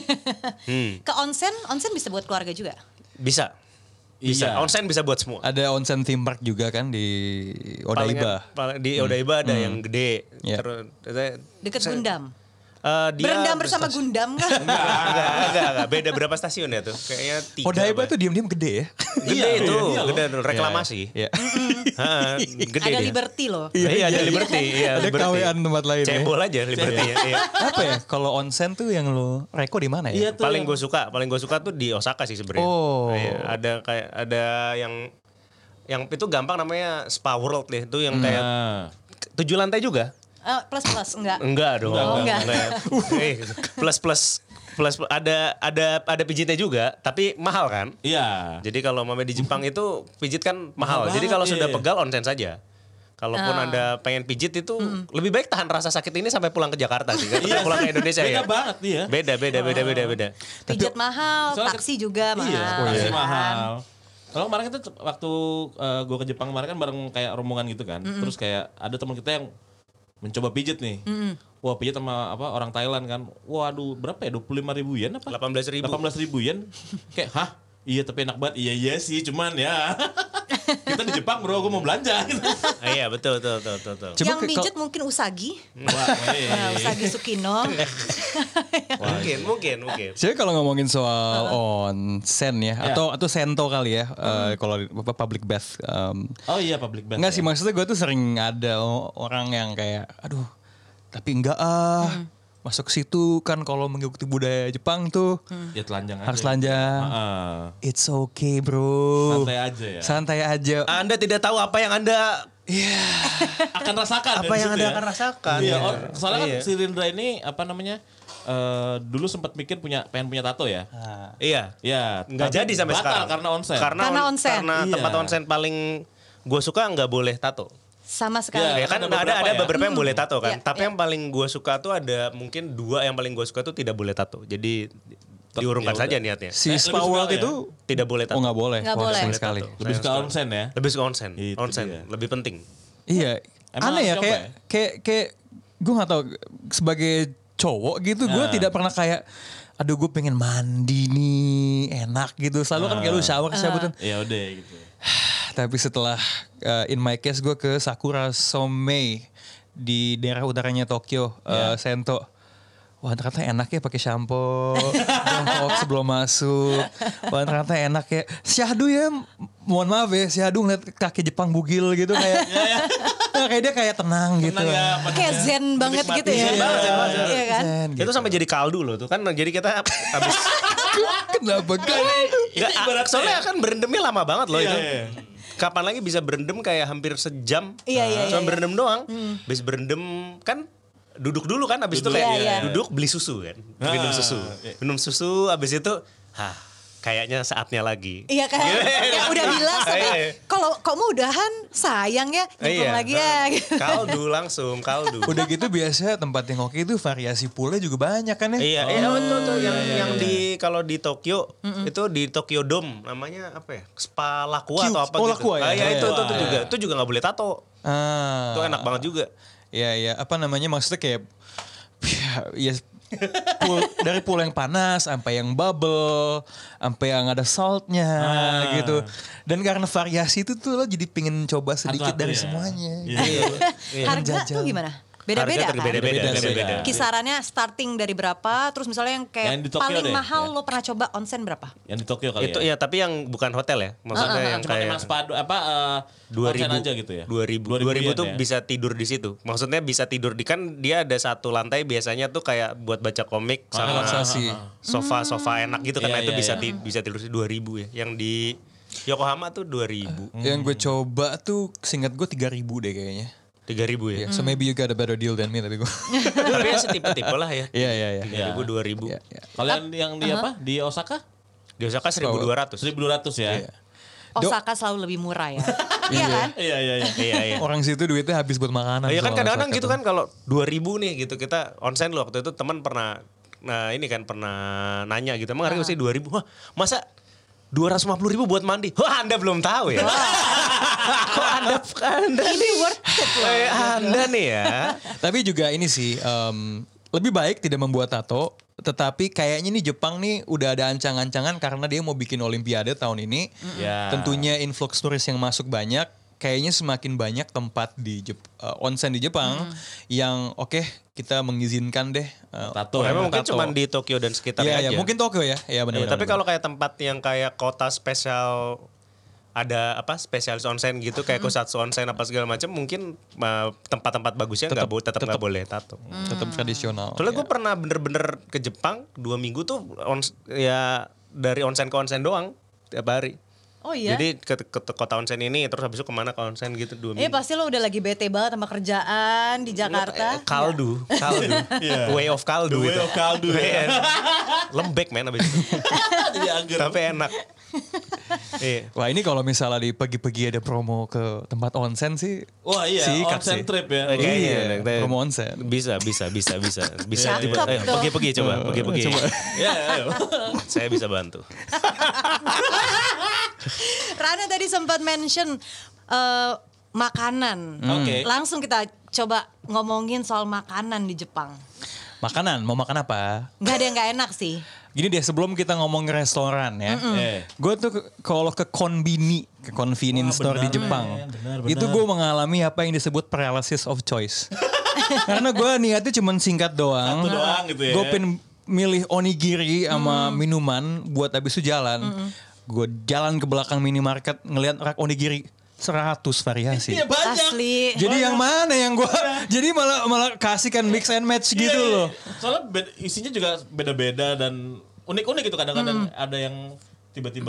S5: Hmm.
S2: Ke onsen, onsen bisa buat keluarga juga.
S5: Bisa. Bisa.
S4: Iya.
S5: Onsen bisa buat semua.
S1: Ada onsen theme park juga kan di Odaiba.
S5: Palingan- paling- di Odaiba ada yang gede.
S1: Iya.
S5: Terus
S2: Deket
S5: saya-
S2: Gundam.
S5: eh, dia
S2: Berendam bersama
S5: berstasi-
S2: Gundam kan?
S5: Enggak, enggak, enggak, enggak. Beda berapa stasiun ya tuh? Kayaknya tiga.
S1: Odaiba
S5: apa.
S1: tuh diam-diam gede ya.
S5: gede
S4: Iya,
S5: itu,
S4: iya loh.
S5: gede tuh, reklamasi.
S1: Iya.
S5: Hah, gede
S2: Ada
S5: dia.
S2: Liberty loh.
S5: Iya, ada Liberty. Iya,
S1: Ada
S5: Liberty.
S1: kawean tempat lain ya.
S5: Cebol aja Liberty-nya. Iya.
S1: Apa ya? Kalau onsen tuh yang lo reko di mana
S4: Iya
S1: ya?
S4: tuh.
S5: Paling
S4: yang-
S5: gue suka, paling gue suka tuh di Osaka sih sebenarnya.
S1: Oh.
S5: Iya, ada kayak ada yang yang itu gampang namanya Spa World deh. Itu yang kayak
S4: Nah.
S5: tujuh lantai juga.
S2: Eh, plus plus enggak?
S5: Enggak dong.
S2: Oh, enggak.
S5: Eh, plus plus plus ada ada ada pijitnya juga, tapi mahal kan?
S4: Iya.
S5: Jadi kalau mame di Jepang itu pijit kan mahal.
S4: Mahal
S5: Jadi
S4: banget,
S5: kalau
S4: iya,
S5: sudah
S4: iya.
S5: pegal onsen saja. Kalaupun
S2: Ah.
S5: Anda pengen pijit itu lebih baik tahan rasa sakit ini sampai pulang ke Jakarta sih. Kan?
S4: Iya.
S5: Pulang ke Indonesia
S4: Beda
S5: ya.
S4: banget dia.
S5: Beda beda beda beda beda.
S2: Pijat mahal,
S4: Soalnya
S2: taksi juga mahal.
S4: Iya,
S1: Oh,
S4: taksi
S1: iya.
S4: mahal. Kalau kemarin kita waktu gue ke Jepang kemarin kan bareng kayak rombongan gitu kan. Terus kayak ada teman kita yang mencoba pijit nih. Wah pijit sama apa orang Thailand kan. Waduh berapa ya? dua puluh lima ribu yen apa?
S5: delapan belas ribu.
S4: delapan belas ribu yen. Kayak hah? Iya tapi enak banget. Iya iya sih cuman ya. Kita di Jepang bro, gue mau belanja gitu.
S5: Ah, iya betul betul betul betul. betul.
S1: Coba
S2: Yang
S1: ke-
S2: mijit mungkin Usagi.
S4: Wah, wey.
S2: Nah, Usagi Sukino.
S5: Mungkin mungkin mungkin.
S1: Jadi kalau ngomongin soal onsen ya, atau atau sento kali ya, eh, kalau di- apa, public bath. em,
S4: Oh iya public bath.
S1: Enggak sih,
S4: ya.
S1: maksudnya gue tuh sering ada o- orang yang kayak, aduh, tapi enggak ah, masuk ke situ kan kalau mengikuti budaya Jepang tuh
S4: Ya telanjang aja.
S1: harus telanjang.
S4: Heeh.
S1: It's okay bro.
S4: Santai aja ya.
S1: Santai aja.
S5: Anda tidak tahu apa yang Anda
S4: Akan rasakan
S5: apa
S4: dari
S5: yang
S4: situ
S5: Anda
S4: ya.
S5: akan rasakan.
S4: Iya,
S5: Iya.
S4: oh, soalnya kan
S5: Iya.
S4: si Rindra ini apa namanya? eh, dulu sempat mikir punya pengen punya tato ya.
S5: Iya.
S4: Ya,
S5: Nggak
S4: tapi
S5: jadi sampai
S4: batal
S5: sekarang.
S4: karena onsen.
S5: Karena,
S2: Karena
S5: on-
S2: onsen.
S5: Karena
S4: Iya.
S5: tempat onsen paling gue suka nggak boleh tato.
S2: Sama sekali.
S4: Iya,
S5: Ya kan
S4: ada
S5: ada ada
S4: beberapa
S5: ada
S4: ya.
S5: beberapa yang boleh tato kan.
S2: Iya,
S5: Tapi
S2: iya.
S5: yang paling gue suka tuh ada mungkin dua yang paling gue suka tuh tidak boleh tato. Jadi diurungkan
S4: ya
S5: saja
S4: udah.
S5: niatnya.
S1: Si
S4: Eh,
S1: Spa
S4: lebih suka
S1: World
S4: ya?
S1: itu
S5: Tidak boleh tato.
S1: oh nggak boleh.
S2: Nggak
S1: Wah,
S2: boleh.
S1: sayang
S5: Boleh
S1: sekali.
S5: tato.
S4: Lebih
S5: Sayang
S4: suka
S5: sekali.
S4: onsen ya.
S5: Lebih suka onsen.
S4: Itu
S5: onsen
S4: dia.
S5: lebih penting.
S1: Iya.
S4: Emang
S1: Aneh ya
S4: harus
S1: kayak
S4: coba ya?
S1: kayak kayak gue nggak tahu sebagai cowok gitu gue
S4: Nah.
S1: tidak pernah kayak aduh gue pengen mandi nih enak gitu selalu kan kayak lu shower kesabutan.
S4: Ya udah gitu.
S1: Tapi setelah uh, in my case gue ke Sakura Somei di daerah utaranya Tokyo, uh, Sento. Wah ternyata enak ya pakai shampoo, jongkok sebelum masuk. Wah ternyata enak ya. Syahdu ya, mohon maaf ya, Syahdu ngeliat kaki Jepang bugil gitu kayak, nah, kayak dia kayak tenang gitu.
S4: Tenang ya, apa
S2: Kayak
S4: namanya?
S2: zen banget
S4: Menikmati.
S2: gitu ya.
S5: Zen banget, zen banget, zen
S2: Iya kan?
S1: Zen
S5: Itu
S1: gitu.
S5: sampai jadi kaldu loh tuh kan. Jadi kita habis
S1: Kenapa kan?
S5: Nggak,
S4: ibaratnya
S5: soalnya kan berendamnya lama banget loh
S4: Iya,
S5: itu.
S4: iya.
S5: Kapan lagi bisa berendam kayak hampir sejam?
S2: Iya, iya,
S5: Cuma
S2: iya,
S5: berendam doang. Habis berendam kan duduk dulu kan, habis itu
S4: Duduk,
S5: kayak
S2: iya, iya.
S5: duduk beli susu kan, minum
S4: Ah,
S5: susu,
S4: iya.
S5: minum susu, habis itu, hah kayaknya saatnya lagi.
S2: Iya kan? Ya udah bilang
S5: Iya.
S2: sampai kalau kok mau udahan sayang ya nyemplung lagi ya. Gitu.
S5: Kaldu langsung, kaldu.
S1: Udah gitu biasanya tempat yang oke itu variasi poolnya juga banyak kan ya.
S5: Iya, iya betul tuh yang yang di kalau di Tokyo itu di Tokyo Dome namanya apa ya? Spa Lakua
S1: Q.
S5: atau apa
S1: Oh,
S5: gitu.
S1: Lakua ya?
S5: Ah, iya itu
S1: Iya.
S5: tuh, tuh juga. Itu juga nggak boleh tato.
S1: Ah.
S5: Itu enak banget juga.
S1: Iya, iya. Apa namanya maksudnya kayak ya pool, dari pool yang panas sampai yang bubble, sampai yang ada saltnya gitu. Dan karena variasi itu tuh lo jadi pengen coba sedikit
S4: Satu-satu
S1: dari
S4: ya.
S1: semuanya.
S4: Iya.
S1: Gitu.
S2: Harga
S1: Menjajal.
S2: tuh gimana? Beda-beda
S5: Harga
S2: kan?
S5: beda-beda,
S1: Beda-beda,
S5: beda-beda.
S2: Kisarannya starting dari berapa? Terus misalnya yang kayak
S4: Yang di Tokyo
S2: paling
S4: deh,
S2: mahal
S4: ya.
S2: lo pernah coba onsen berapa?
S4: Yang di Tokyo kali
S5: Itu
S4: ya.
S5: ya tapi yang bukan hotel ya. Maksudnya yang
S4: Cuma
S5: kayak
S4: emang spa apa eh,
S5: dua
S4: onsen
S5: ribu
S4: aja gitu ya.
S5: dua ribu dua ribu tuh
S4: ya.
S5: bisa tidur di situ. Maksudnya bisa tidur di kan dia ada satu lantai biasanya tuh kayak buat baca komik sama
S1: Relaksasi.
S5: sofa-sofa enak gitu kan.
S4: Iya,
S5: Nah, itu
S4: iya,
S5: bisa
S4: iya.
S5: ti- bisa tidur di dua ribu ya. Yang di Yokohama tuh dua ribu.
S1: Yang gue coba tuh seingat gue tiga ribu deh kayaknya.
S5: tiga ribu ya.
S1: So maybe you got a better deal than me tapi gue.
S5: Tapi ya setipe-tipe lah ya.
S1: Iya, iya, iya.
S5: tiga ribu dua ribu.
S1: Iya, iya.
S4: Kalian yang di apa? Di Osaka?
S5: Di Osaka seribu dua ratus.
S4: seribu dua ratus ya.
S1: Iya.
S2: Osaka selalu lebih murah ya. Iya kan?
S4: Iya iya iya.
S5: Iya iya.
S1: Orang situ duitnya habis buat makanan.
S5: Iya kan
S1: soalnya
S5: kadang-kadang
S1: Osaka
S5: gitu
S1: tuh.
S5: kan kalau dua ribu nih gitu kita onsen lu waktu itu teman pernah nah ini kan pernah nanya gitu emang harga sih dua ribu. Wah, masa dua ratus lima puluh ribu buat mandi? Wah, Anda belum tahu ya. Kok Anda Anda
S2: Ini worth it loh.
S5: eh, Anda nih ya.
S1: Tapi juga ini sih em, lebih baik tidak membuat tato. Tetapi kayaknya nih Jepang nih udah ada ancang-ancangan karena dia mau bikin Olimpiade tahun ini.
S4: Ya.
S1: Tentunya influx turis yang masuk banyak. Kayaknya semakin banyak tempat di Jep- uh, onsen di Jepang yang oke kita mengizinkan deh uh,
S4: Tato.
S5: Oh,
S4: ya,
S5: emang mungkin
S1: tato.
S5: cuma di Tokyo dan sekitarnya
S1: Iya,
S5: aja.
S1: ya, mungkin Tokyo ya. Iya benar.
S5: Iya, tapi kalau kayak tempat yang kayak kota spesial ada apa spesialis onsen gitu kayak Kusatsu onsen apa segala macam mungkin uh, tempat-tempat bagusnya nggak boleh tetap nggak boleh tato.
S1: tetap tradisional.
S5: Soalnya
S1: ya.
S5: gue pernah bener-bener ke Jepang dua minggu tuh ons, ya dari onsen ke onsen doang tiap hari.
S2: Oh iya?
S5: Jadi ke, ke, ke kota onsen ini terus habis itu kemana ke onsen gitu dua
S2: Eh
S5: minggu.
S2: pasti lo udah lagi bete banget sama kerjaan di Jakarta.
S5: Eh, kaldu, kaldu, way of kaldu
S4: The way
S5: itu.
S4: of kaldu ya.
S5: Iya. Lembek men abis itu.
S4: Jadi anggur.
S5: Tapi enak. Iya.
S1: Wah ini kalau misalnya di pagi-pagi ada promo ke tempat onsen sih.
S4: Wah iya,
S1: sikat
S4: onsen
S1: sih.
S4: trip ya.
S5: Kayaknya
S1: Iya,
S5: kita-
S1: promo onsen.
S5: Bisa, bisa, bisa, bisa, bisa.
S2: Cakep
S5: Coba, ayo,
S2: tuh.
S5: pergi-pergi coba, pergi-pergi.
S4: Iya, iya.
S5: Saya bisa bantu.
S2: Rana tadi sempat mention eh, makanan.
S4: Oke.
S2: Langsung kita coba ngomongin soal makanan di Jepang.
S1: Makanan, mau makan apa?
S2: Gak ada yang gak enak sih.
S1: Gini deh sebelum kita ngomong restoran ya.
S4: Eh.
S1: Gue tuh ke- kalau ke konbini, ke convenience
S4: Wah,
S1: store di
S4: benar,
S1: Jepang.
S4: men. Benar,
S1: Itu
S4: benar.
S1: gue mengalami apa yang disebut paralysis of choice. Karena gue niatnya cuma singkat doang.
S4: Satu doang gitu ya.
S1: Gue pengen milih onigiri sama minuman buat habis itu jalan. Gue jalan ke belakang minimarket ngelihat rak onigiri seratus variasi.
S4: Iya banyak.
S2: Asli.
S1: Jadi yang mana yang gue jadi malah malah kasihkan mix and match gitu
S4: Iya, iya.
S1: loh.
S4: Soalnya beda- isinya juga beda-beda dan unik-unik gitu kadang-kadang ada yang tiba-tiba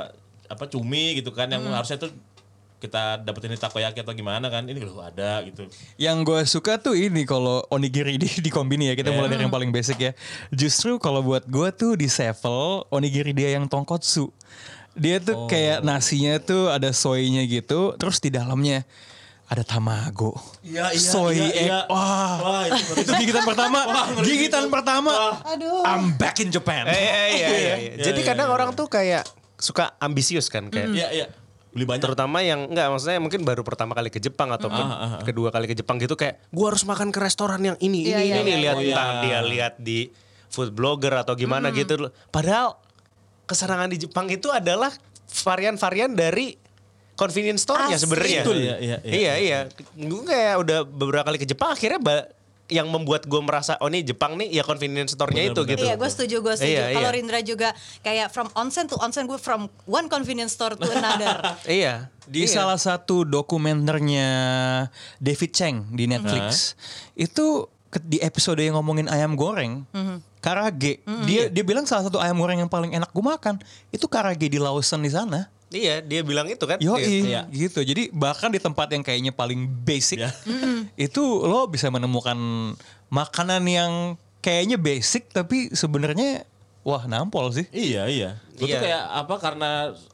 S4: apa cumi gitu kan yang harusnya tuh kita dapetin di takoyaki atau gimana kan ini loh ada gitu.
S1: Yang gue suka tuh ini kalau onigiri di, di kombini ya kita mulai dari yang paling basic ya. Justru kalau buat gue tuh di Sevel onigiri dia yang tonkotsu. Dia tuh kayak nasinya tuh ada soynya gitu, terus di dalamnya ada tamago.
S4: Iya, iya,
S1: Soy
S4: iya,
S1: egg.
S4: iya.
S1: Wah.
S4: Wah, itu
S1: itu gigitan pertama. gigitan pertama.
S2: Aduh.
S1: I'm back in Japan.
S5: Eh, iya, iya, iya.
S4: Iya,
S5: Jadi
S4: iya,
S5: kadang
S4: iya.
S5: orang tuh kayak suka ambisius kan kayak.
S4: Iya iya. Beli banyak.
S5: Terutama yang enggak maksudnya mungkin baru pertama kali ke Jepang atau ke-
S4: Ah, ah, ah.
S5: kedua kali ke Jepang gitu kayak gua harus makan ke restoran yang ini
S2: Iya,
S5: ini
S2: iya,
S5: ini
S2: iya,
S5: lihat
S4: iya.
S5: entah dia lihat di food blogger atau gimana gitu. Padahal kesenangan di Jepang itu adalah varian-varian dari convenience store-nya
S2: Asli.
S5: sebenarnya.
S4: Betul, iya, iya, iya.
S5: iya, iya. Gue kayak udah beberapa kali ke Jepang akhirnya ba- yang membuat gue merasa oh nih Jepang nih ya convenience store-nya itu
S4: Benar,
S5: gitu.
S2: Iya, gue setuju, gue setuju.
S5: Iya,
S2: Kalau
S5: iya.
S2: Rindra juga kayak from onsen to onsen, gue from one convenience store to another.
S5: Iya.
S1: Di
S5: Iya.
S1: salah satu dokumenternya David Chang di Netflix itu ke- di episode yang ngomongin ayam goreng karage dia dia bilang salah satu ayam goreng yang paling enak gue makan itu karage di Lawson di sana.
S5: Iya, dia bilang itu kan.
S1: Yoi,
S5: Dia-
S1: gitu. Jadi bahkan di tempat yang kayaknya paling basic
S4: Ya.
S1: itu lo bisa menemukan makanan yang kayaknya basic tapi sebenarnya wah nampol sih.
S4: Iya iya. Gue
S5: Iya.
S4: tuh kayak apa karena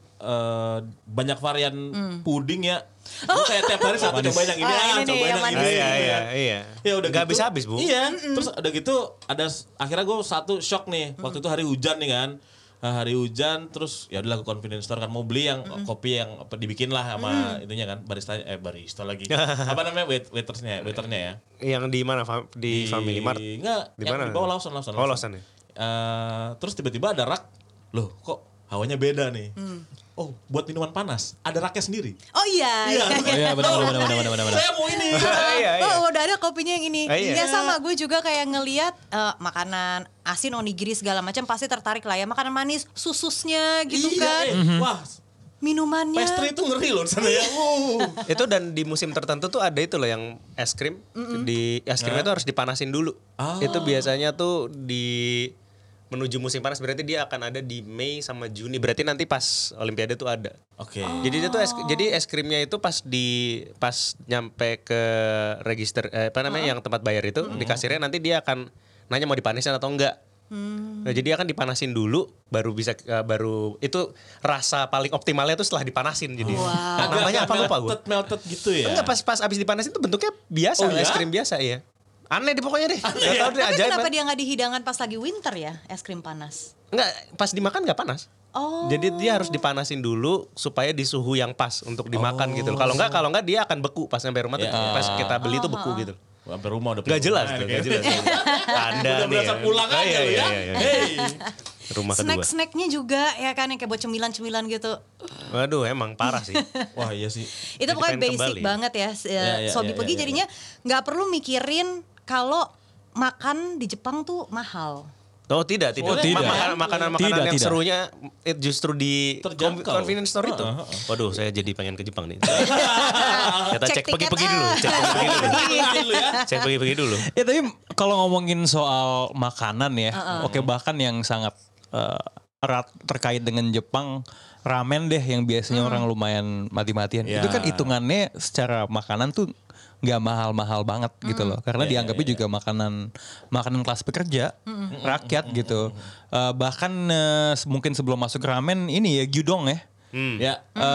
S4: eh, banyak varian puding ya. Gue kayak tiap hari satu cobain yang ini,
S2: Oh,
S4: ah,
S2: ini nih,
S4: cobain
S2: yang
S4: yang
S2: manis.
S4: ini.
S5: Iya
S4: gitu
S5: iya
S4: kan.
S5: iya.
S4: Ya udah
S5: Nggak
S4: gitu.
S5: habis-habis, Bu.
S4: Iya. Terus udah gitu ada akhirnya gue satu shock nih. Waktu itu hari hujan nih kan. Nah, hari hujan terus ya udahlah ke convenience store kan mau beli yang kopi yang apa dibikin lah sama itunya kan barista eh barista lagi. Apa namanya wait waitersnya waiternya ya.
S5: Yang di mana Fam- di, Family Mart?
S4: Enggak,
S5: Di
S4: yang
S5: mana?
S4: di bawah Lawson Lawson.
S5: Oh, Lawson ya.
S4: Eh, terus tiba-tiba ada rak. Loh, kok hawanya beda nih? Oh, buat minuman panas. Ada raknya sendiri.
S2: Oh iya.
S4: Iya.
S1: Oh iya benar benar benar benar benar.
S4: Saya mau ini.
S5: Iya iya.
S2: Oh udah ada kopinya yang ini.
S5: Ah, iya.
S2: Ya sama gue juga kayak ngelihat eh, makanan asin onigiri segala macam pasti tertarik lah ya. Makanan manis sususnya gitu
S4: Iya,
S2: kan.
S4: eh. Wah,
S2: Minumannya.
S4: pastry itu ngeri loh di sana ya. Uh.
S5: Itu dan di musim tertentu tuh ada itu loh yang es krim. Di es krimnya tuh harus dipanasin dulu.
S4: Ah.
S5: Itu biasanya tuh di menuju musim panas berarti dia akan ada di Mei sama Juni. Berarti nanti pas Olimpiade tuh ada.
S4: Oke.
S5: Jadi itu es jadi es krimnya itu pas di pas nyampe ke register eh, apa namanya yang tempat bayar itu di kasirnya nanti dia akan nanya mau dipanasin atau enggak. Nah, jadi akan dipanasin dulu baru bisa eh, baru itu rasa paling optimalnya tuh setelah dipanasin jadi. Nah, namanya apa lupa gue.
S4: Melted, melted gitu ya.
S5: Enggak pas pas abis dipanasin tuh bentuknya biasa
S4: Oh, ya?
S5: es krim biasa ya. Aneh deh pokoknya deh. Nggak
S4: ya?
S5: tahu deh
S2: Tapi
S5: ajaib.
S2: kenapa
S5: banget.
S2: dia nggak di hidangan pas lagi winter ya es krim panas?
S5: Enggak pas dimakan nggak panas.
S2: Oh.
S5: Jadi dia harus dipanasin dulu supaya di suhu yang pas untuk dimakan gitu. Kalau enggak kalau enggak dia akan beku pas sampai rumah tuh
S4: Ya.
S5: pas kita beli tuh beku gitu.
S4: Sampai rumah udah
S5: Gak jelas
S4: Nah,
S5: tuh,
S4: kayak
S5: gak jelas. Anda
S4: Udah
S5: nih.
S4: berasa pulang
S5: Oh,
S4: aja
S5: iya,
S4: lu
S5: iya,
S4: ya.
S5: iya, iya.
S4: Hey.
S5: Rumah kedua.
S2: Snack-snacknya juga ya kan yang kayak buat cemilan-cemilan gitu.
S5: Waduh, emang parah sih.
S4: Wah iya sih.
S2: Itu
S5: Jadi
S2: pokoknya
S5: pengen
S2: basic
S5: kembali.
S2: banget ya. S-
S4: Ya, ya,
S2: Sobi
S4: ya,
S2: pergi
S4: ya, ya,
S2: jadinya nggak perlu mikirin kalau makan di Jepang tuh mahal.
S5: Oh tidak, tidak.
S1: Oh, tidak.
S5: Makanan- Makanan-makanan
S1: Tidak,
S5: yang
S1: tidak.
S5: serunya eh, justru di
S4: Terjangkau.
S5: con- convenience store itu.
S4: Heeh, heeh.
S5: Waduh, saya jadi pengen ke Jepang nih. Kita
S2: Cek
S5: cek
S2: tiket,
S5: pergi-pergi
S2: ah.
S5: dulu. Cek pergi-pergi dulu.
S4: Dulu ya.
S5: Cek pergi-pergi dulu.
S1: Ya tapi kalau ngomongin soal makanan ya, oke bahkan yang sangat eh, erat terkait dengan Jepang, ramen deh yang biasanya orang lumayan mati-matian.
S4: Ya.
S1: Itu kan hitungannya secara makanan tuh nggak mahal-mahal banget gitu loh, karena
S4: Ya,
S1: dianggapnya juga makanan makanan kelas pekerja, rakyat gitu. Eh, bahkan eh, mungkin sebelum masuk ramen ini ya gyudon ya.
S4: Ya.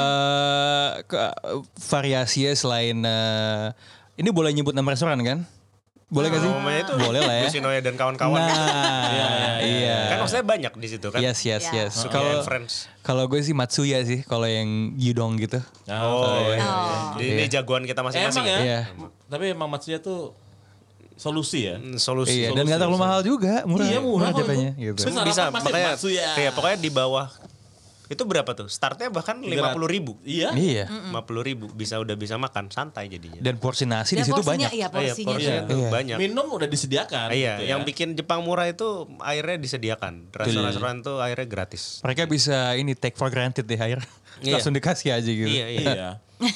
S1: Eh ke, variasinya selain eh, ini boleh nyebut nama restoran kan? Boleh gak sih?
S5: Namanya itu
S1: Boleh lah ya.
S5: Yoshinoya dan kawan-kawan.
S1: Nah, iya.
S5: Kan maksudnya banyak di situ kan.
S1: Yes, yes,
S2: Ya.
S1: yes.
S5: Sukiya
S1: Kalau
S5: and Friends.
S1: kalau gue sih Matsuya sih, kalau yang gyudon gitu.
S5: Oh, iya.
S2: Oh.
S5: Ini, ini jagoan kita masing-masing
S4: Emang ya.
S1: Iya.
S4: Tapi emang Matsuya tuh solusi ya.
S5: Hmm, Solusi.
S1: Iya, dan gak terlalu mahal juga, murah.
S4: Iya, murah kok
S1: jatuhnya
S4: itu.
S1: gitu.
S4: Sarapan
S5: Bisa,
S4: pasti
S5: makanya
S4: Matsuya.
S5: iya, pokoknya di bawah itu berapa tuh? Startnya bahkan lima puluh ribu.
S4: Iya.
S1: Iya.
S5: lima puluh ribu bisa udah bisa makan santai jadinya.
S1: Dan porsi nasi di
S2: Dan
S1: situ
S2: porsinya,
S1: banyak.
S2: Iya,
S5: Iya,
S2: porsinya.
S5: porsinya
S4: Iya.
S5: tuh
S1: Iya.
S5: banyak.
S4: Minum udah disediakan.
S5: Iya,
S4: gitu ya.
S5: yang bikin Jepang murah itu airnya disediakan. Restoran-restoran tuh airnya gratis.
S1: Mereka bisa ini take for granted deh air.
S5: Iya.
S1: Langsung dikasih aja gitu.
S5: Iya, iya.
S4: Iya.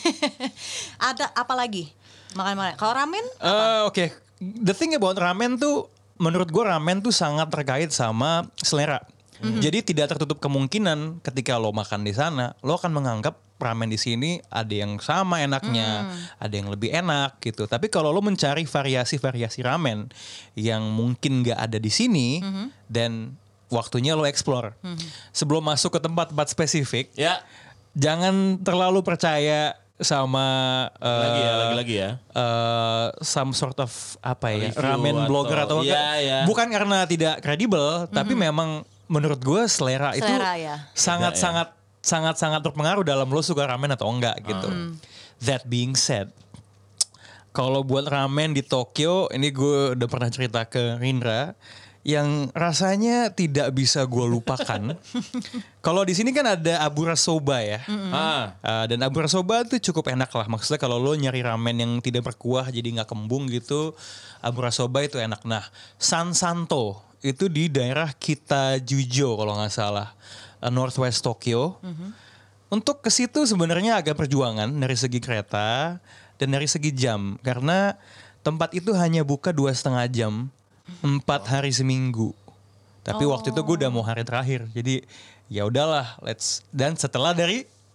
S2: Ada apa lagi? Makan-makan. Kalau ramen?
S1: Eh, Oke, the thing about ramen tuh, menurut gue ramen tuh sangat terkait sama selera. Jadi tidak tertutup kemungkinan ketika lo makan di sana, lo akan menganggap ramen di sini ada yang sama enaknya, ada yang lebih enak gitu. Tapi kalau lo mencari variasi-variasi ramen yang mungkin nggak ada di sini, dan waktunya lo explore. Sebelum masuk ke tempat-tempat spesifik,
S4: Ya.
S1: jangan terlalu percaya sama eh,
S4: Lagi ya, lagi-lagi ya.
S1: eh, some sort of apa ya,
S4: Review
S1: ramen
S4: atau-
S1: blogger atau
S4: Iya,
S1: enggak.
S4: iya.
S1: Bukan karena tidak kredibel, tapi memang menurut gue selera, itu
S2: Selera, ya.
S1: sangat
S4: Beda, ya.
S1: sangat sangat sangat berpengaruh dalam lo suka ramen atau enggak gitu. That being said, kalau buat ramen di Tokyo, ini gue udah pernah cerita ke Rindra, yang rasanya tidak bisa gue lupakan. Kalau di sini kan ada Abura Soba ya.
S4: Ah.
S1: Uh, dan Abura Soba tuh cukup enak lah. Maksudnya kalau lo nyari ramen yang tidak berkuah jadi nggak kembung gitu, Abura Soba itu enak. Nah, Sansanto itu di daerah Kitajujo kalau nggak salah, uh, Northwest Tokyo. Untuk ke situ sebenarnya agak perjuangan dari segi kereta dan dari segi jam, karena tempat itu hanya buka dua setengah jam, empat hari seminggu. Tapi waktu itu gue udah mau hari terakhir, jadi ya udahlah, let's. Dan setelah dari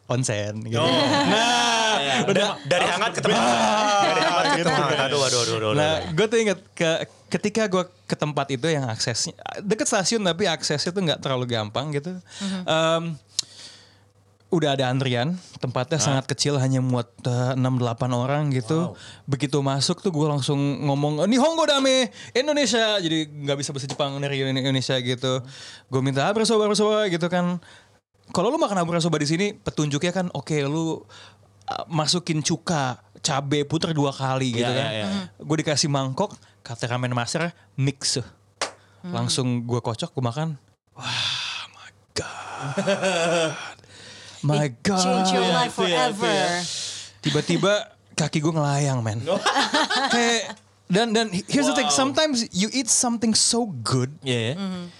S1: onsen gitu.
S5: Oh.
S1: Nah,
S4: Ya,
S1: udah
S5: Dari hangat ke tempat. Dari hangat ke tempat. Aduh, aduh, aduh, aduh.
S1: Nah, gue tuh inget ke ketika gue ke tempat itu yang aksesnya deket stasiun tapi aksesnya tuh nggak terlalu gampang gitu. Em, udah ada antrian, tempatnya sangat kecil hanya muat uh, enam delapan orang gitu. Begitu masuk tuh gue langsung ngomong Nihongo dame Indonesia. Jadi nggak bisa bahasa Jepang dari Indonesia gitu. Gue minta abresoba abresoba gitu kan. Kalau lu makan abresoba di sini petunjuknya kan oke okay, lu uh, masukin cuka, cabe puter dua kali gitu
S4: Iya,
S1: kan.
S4: iya, iya.
S1: Gue dikasih mangkok, kata ramen master mix. Langsung gue kocok, gue makan. Wah, my god. My god.
S2: Change your
S4: Iya,
S2: life
S4: itu ya, itu
S2: forever.
S4: ya.
S1: Tiba-tiba kaki gue ngelayang, men. Kayak dan dan here's the thing,
S4: Wow.
S1: sometimes you eat something so good,
S4: Iya ya.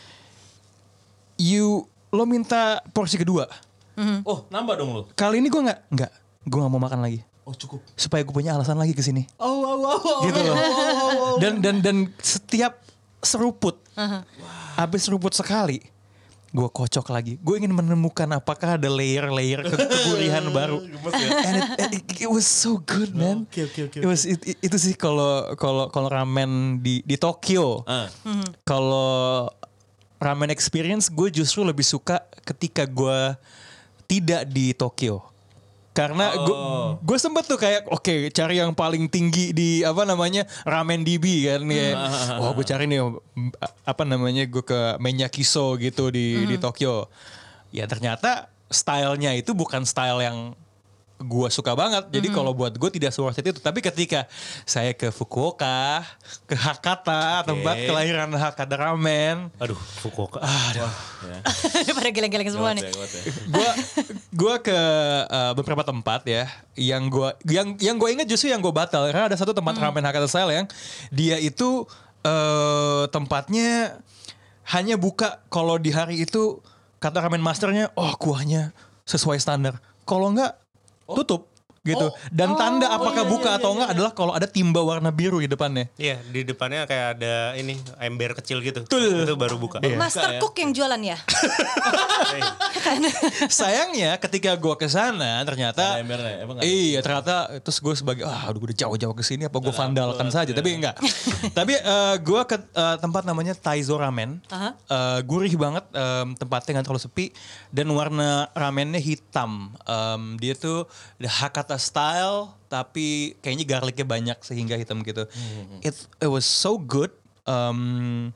S1: you lo minta porsi kedua.
S4: Oh, nambah dong lu.
S1: Kali ini gue nggak nggak gue nggak mau makan lagi.
S4: Oh, cukup.
S1: Supaya gue punya alasan lagi ke sini.
S4: Oh, wow, wow, wow.
S1: Gitu loh. Dan dan dan setiap seruput, habis seruput sekali, gue kocok lagi. Gue ingin menemukan apakah ada layer-layer ke kegurihan baru. And it, and it, it was so good, man.
S4: Oke, oke, oke,
S1: It was it- it- itu sih kalau kalau kalau ramen di di Tokyo.
S4: Ah.
S1: Kalau ramen experience gue justru lebih suka ketika gue tidak di Tokyo. Karena gue
S4: Oh.
S1: gue sempet tuh kayak oke cari yang paling tinggi di apa namanya ramen D B kan kayak oh gue cari nih apa namanya gue ke Menyakiso gitu di di Tokyo. Ya ternyata stylenya itu bukan style yang gue suka banget. Jadi kalau buat gue tidak worth it itu. Tapi ketika saya ke Fukuoka, ke Hakata, tempat kelahiran Hakata Ramen,
S5: Aduh, Fukuoka.
S4: Ya.
S2: Pada geleng-geleng semua nih.
S4: Gawat ya, gawat ya.
S1: gue gue ke uh, beberapa tempat ya yang gue yang yang gue inget justru yang gue batal karena ada satu tempat ramen Hakata style yang dia itu uh, tempatnya hanya buka kalau di hari itu kata ramen masternya oh kuahnya sesuai standar kalau enggak tutup gitu dan tanda apakah buka atau enggak adalah kalau ada timba warna biru di depannya.
S5: Iya, di depannya kayak ada ini ember kecil gitu.
S1: Betul.
S5: Itu baru buka.
S1: Iya.
S2: Master
S4: ya.
S2: Cook yang jualan ya?
S1: Sayangnya ketika gue ke sana ternyata
S4: Ada embernya, emang nggak?
S1: iya ternyata terus gue sebagai ah aduh gue udah jauh-jauh ke sini apa gue vandalkan saja tapi enggak. Tapi eh, gue ke eh, tempat namanya Taizo Ramen.
S2: Aha.
S1: Eh, gurih banget em, tempatnya nggak terlalu sepi dan warna ramennya hitam. Em, dia tuh the Hakata style tapi kayaknya garlicnya banyak sehingga hitam gitu. It it was so good. Em,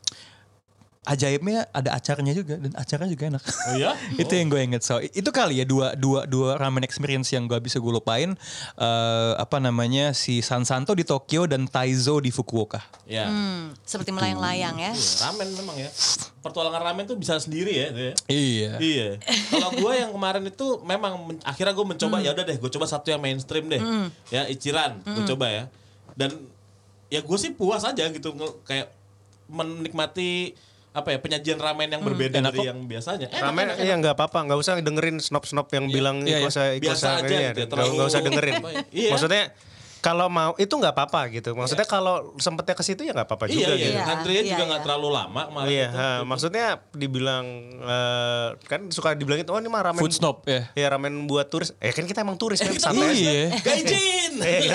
S1: ajaibnya ada acaranya juga dan acaranya juga enak.
S4: Oh iya?
S1: Itu yang gue inget. So itu kali ya dua dua dua ramen experience yang gak bisa gue lupain. Eh, apa namanya si Sansanto di Tokyo dan Taizo di Fukuoka.
S4: Ya.
S2: Hmm, seperti melayang-layang ya.
S4: Ramen memang ya. Pertualangan ramen tuh bisa sendiri ya. itu ya.
S1: Iya.
S4: Iya. Kalau gue yang kemarin itu memang men- akhirnya gue mencoba ya udah deh, gue coba satu yang mainstream deh. Ya Ichiran, gue coba ya. Dan ya gue sih puas aja gitu nge- kayak menikmati apa ya penyajian ramen yang berbeda
S1: Enak
S4: dari
S1: kok.
S4: yang biasanya. Enak,
S5: Ramen
S4: enak,
S5: ya
S4: enak.
S5: nggak apa-apa, nggak usah dengerin snop-snop yang bilang
S1: iya, iya.
S5: ikosa
S4: Biasa
S5: ikosa
S4: aja
S5: ini ya.
S4: gitu ya,
S5: Nggak
S4: terlalu-
S5: nggak usah dengerin.
S4: Iya.
S5: Maksudnya kalau mau itu nggak apa-apa gitu. Maksudnya kalau sempetnya ke situ ya nggak apa-apa
S4: Iya,
S5: juga
S4: iya.
S5: gitu.
S2: Iya,
S4: Antrian
S2: iya,
S4: juga
S2: iya.
S4: nggak terlalu lama kemarin.
S5: Iya,
S4: itu.
S5: ha, maksudnya dibilang eh, kan suka dibilang itu oh ini mah ramen
S1: Food snob ya.
S5: ya ramen buat turis. Eh kan kita emang turis kan
S4: Kita
S5: santai aja.
S1: Iya.
S4: Gaijin.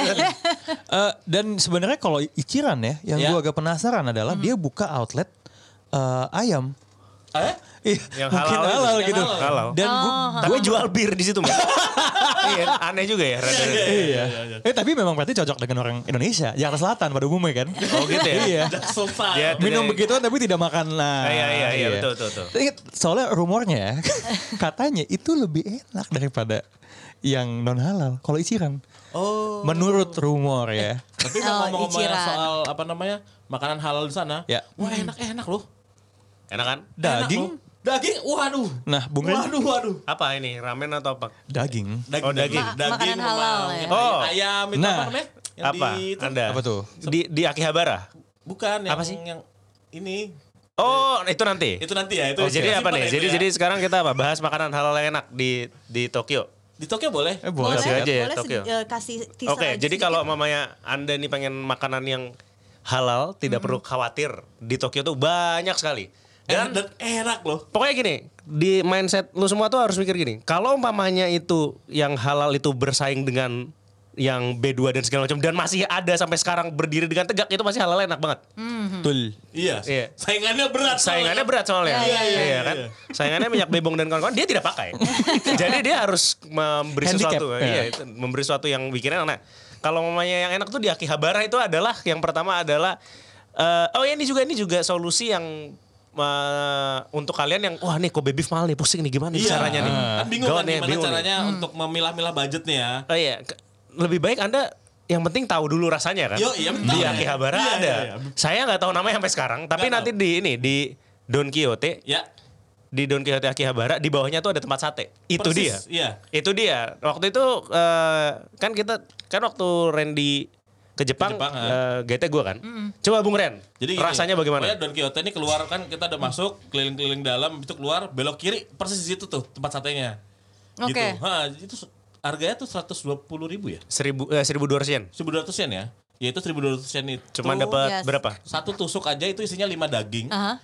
S1: Eh, dan sebenarnya kalau Ichiran ya, yang
S4: Ya.
S1: gue agak penasaran adalah dia buka outlet eh, ayam.
S4: Eh?
S1: Iya,
S5: Yang
S1: mungkin
S5: halal itu.
S1: halal
S4: Yang
S1: gitu.
S4: halal.
S5: Halal.
S1: Dan gue
S5: Tapi jual bir di situ, Mas. Iya, aneh juga ya. rada-
S1: iya. Eh tapi memang berarti cocok dengan orang Indonesia, Jakarta Selatan pada umumnya kan.
S5: Oh gitu ya.
S1: Iya.
S4: Selesai.
S5: Dia-
S1: Minum
S5: Tidak-
S1: begitu tapi tidak makan lah.
S5: Iya, iya, iya, betul, betul, betul.
S1: Ingat, soalnya rumornya katanya itu lebih enak daripada yang non halal. Kalau Ichiran.
S4: Oh.
S1: Menurut rumor ya.
S4: Tapi
S2: Oh,
S4: ngomong-ngomong
S2: Ichiran.
S4: soal apa namanya makanan halal di sana,
S1: Ya.
S4: wah enak-enak loh.
S5: Enak kan?
S1: Daging.
S4: Enak loh. Daging, waduh.
S1: Nah, Bung Ren.
S4: Waduh, waduh.
S5: Apa ini? Ramen atau apa?
S1: Daging.
S5: Oh, daging.
S2: Ma- makanan
S4: sama
S2: halal ya.
S4: yang
S5: Oh.
S4: ayam itu
S1: Nah.
S4: apa namanya? Yang
S5: Apa?
S4: di itu.
S5: Anda?
S1: Apa tuh?
S5: Di di Akihabara.
S4: Bukan yang
S5: Apa sih?
S4: yang ini.
S5: Oh, itu nanti.
S4: Itu nanti ya, itu.
S5: Oh, jadi apa
S4: simpan
S5: nih?
S4: ya itu
S5: Jadi
S4: ya.
S5: jadi sekarang kita apa? Bahas makanan halal yang enak di di Tokyo.
S4: di Tokyo boleh?
S1: Eh boleh
S5: Kasih
S1: sih.
S5: aja ya,
S2: boleh
S5: Tokyo.
S2: sedi- eh, kasih teaser
S5: Oke,
S2: aja
S5: jadi
S2: sedikit.
S5: kalau mamanya Anda nih pengen makanan yang halal, tidak perlu khawatir. Di Tokyo tuh banyak sekali.
S4: Dan,
S5: Dan
S4: dan enak loh.
S5: pokoknya gini, di mindset lu semua tuh harus mikir gini. Kalau umpamanya itu yang halal itu bersaing dengan yang B dua dan segala macam dan masih ada sampai sekarang berdiri dengan tegak, itu pasti halal enak banget.
S1: Betul.
S4: Iya.
S5: Iya.
S4: Saingannya berat.
S5: Saingannya berat soalnya.
S2: Iya, iya,
S4: iya,
S5: kan?
S4: iya.
S5: Saingannya minyak bebong dan kawan-kawan dia tidak pakai. Jadi dia harus memberi
S1: Handicap,
S5: sesuatu,
S1: ya.
S5: iya, itu, memberi sesuatu yang bikinnya enak. Kalau mamanya yang enak tuh di Akihabara itu adalah yang pertama adalah eh, oh ya ini juga ini juga solusi yang eh, untuk kalian yang wah nih Kobe beef mahal nih, pusing nih gimana nih
S4: Iya.
S5: caranya nih.
S4: Kan bingung
S5: Gawat
S4: kan
S5: nih,
S4: gimana
S5: bingung nih.
S4: caranya untuk memilah-milah budget nih ya.
S5: Oh iya, ke- lebih baik Anda yang penting tahu dulu rasanya kan.
S4: Yo, iya, betul.
S5: Di Akihabara
S4: Iya,
S5: ada.
S4: iya, iya.
S5: Saya nggak tahu namanya sampai sekarang, tapi
S4: Nggak
S5: nanti di ini di Don Quixote,
S4: Ya.
S5: di Don Quixote Akihabara di bawahnya tuh ada tempat sate. Itu dia.
S4: Persis, iya.
S5: Itu dia. Waktu itu eh, kan kita kan waktu Randy ke Jepang,
S4: Jepang,
S5: eh, G T gue kan. Coba Bung Ren,
S4: Jadi gini,
S5: rasanya bagaimana?
S4: pokoknya Don Quixote ini keluar kan kita udah masuk keliling-keliling dalam itu keluar belok kiri persis di situ tuh tempat satenya.
S2: Oke.
S4: Gitu. Ha, itu s- harganya tuh seratus dua puluh ribu ya.
S5: Seribu, eh, seribu dua ratus yen.
S4: seribu dua ratus yen ya. Ya itu seribu dua ratus yen itu.
S5: Cuma dapat
S2: Yes.
S5: berapa?
S4: Satu tusuk aja itu isinya lima daging.
S2: Aha.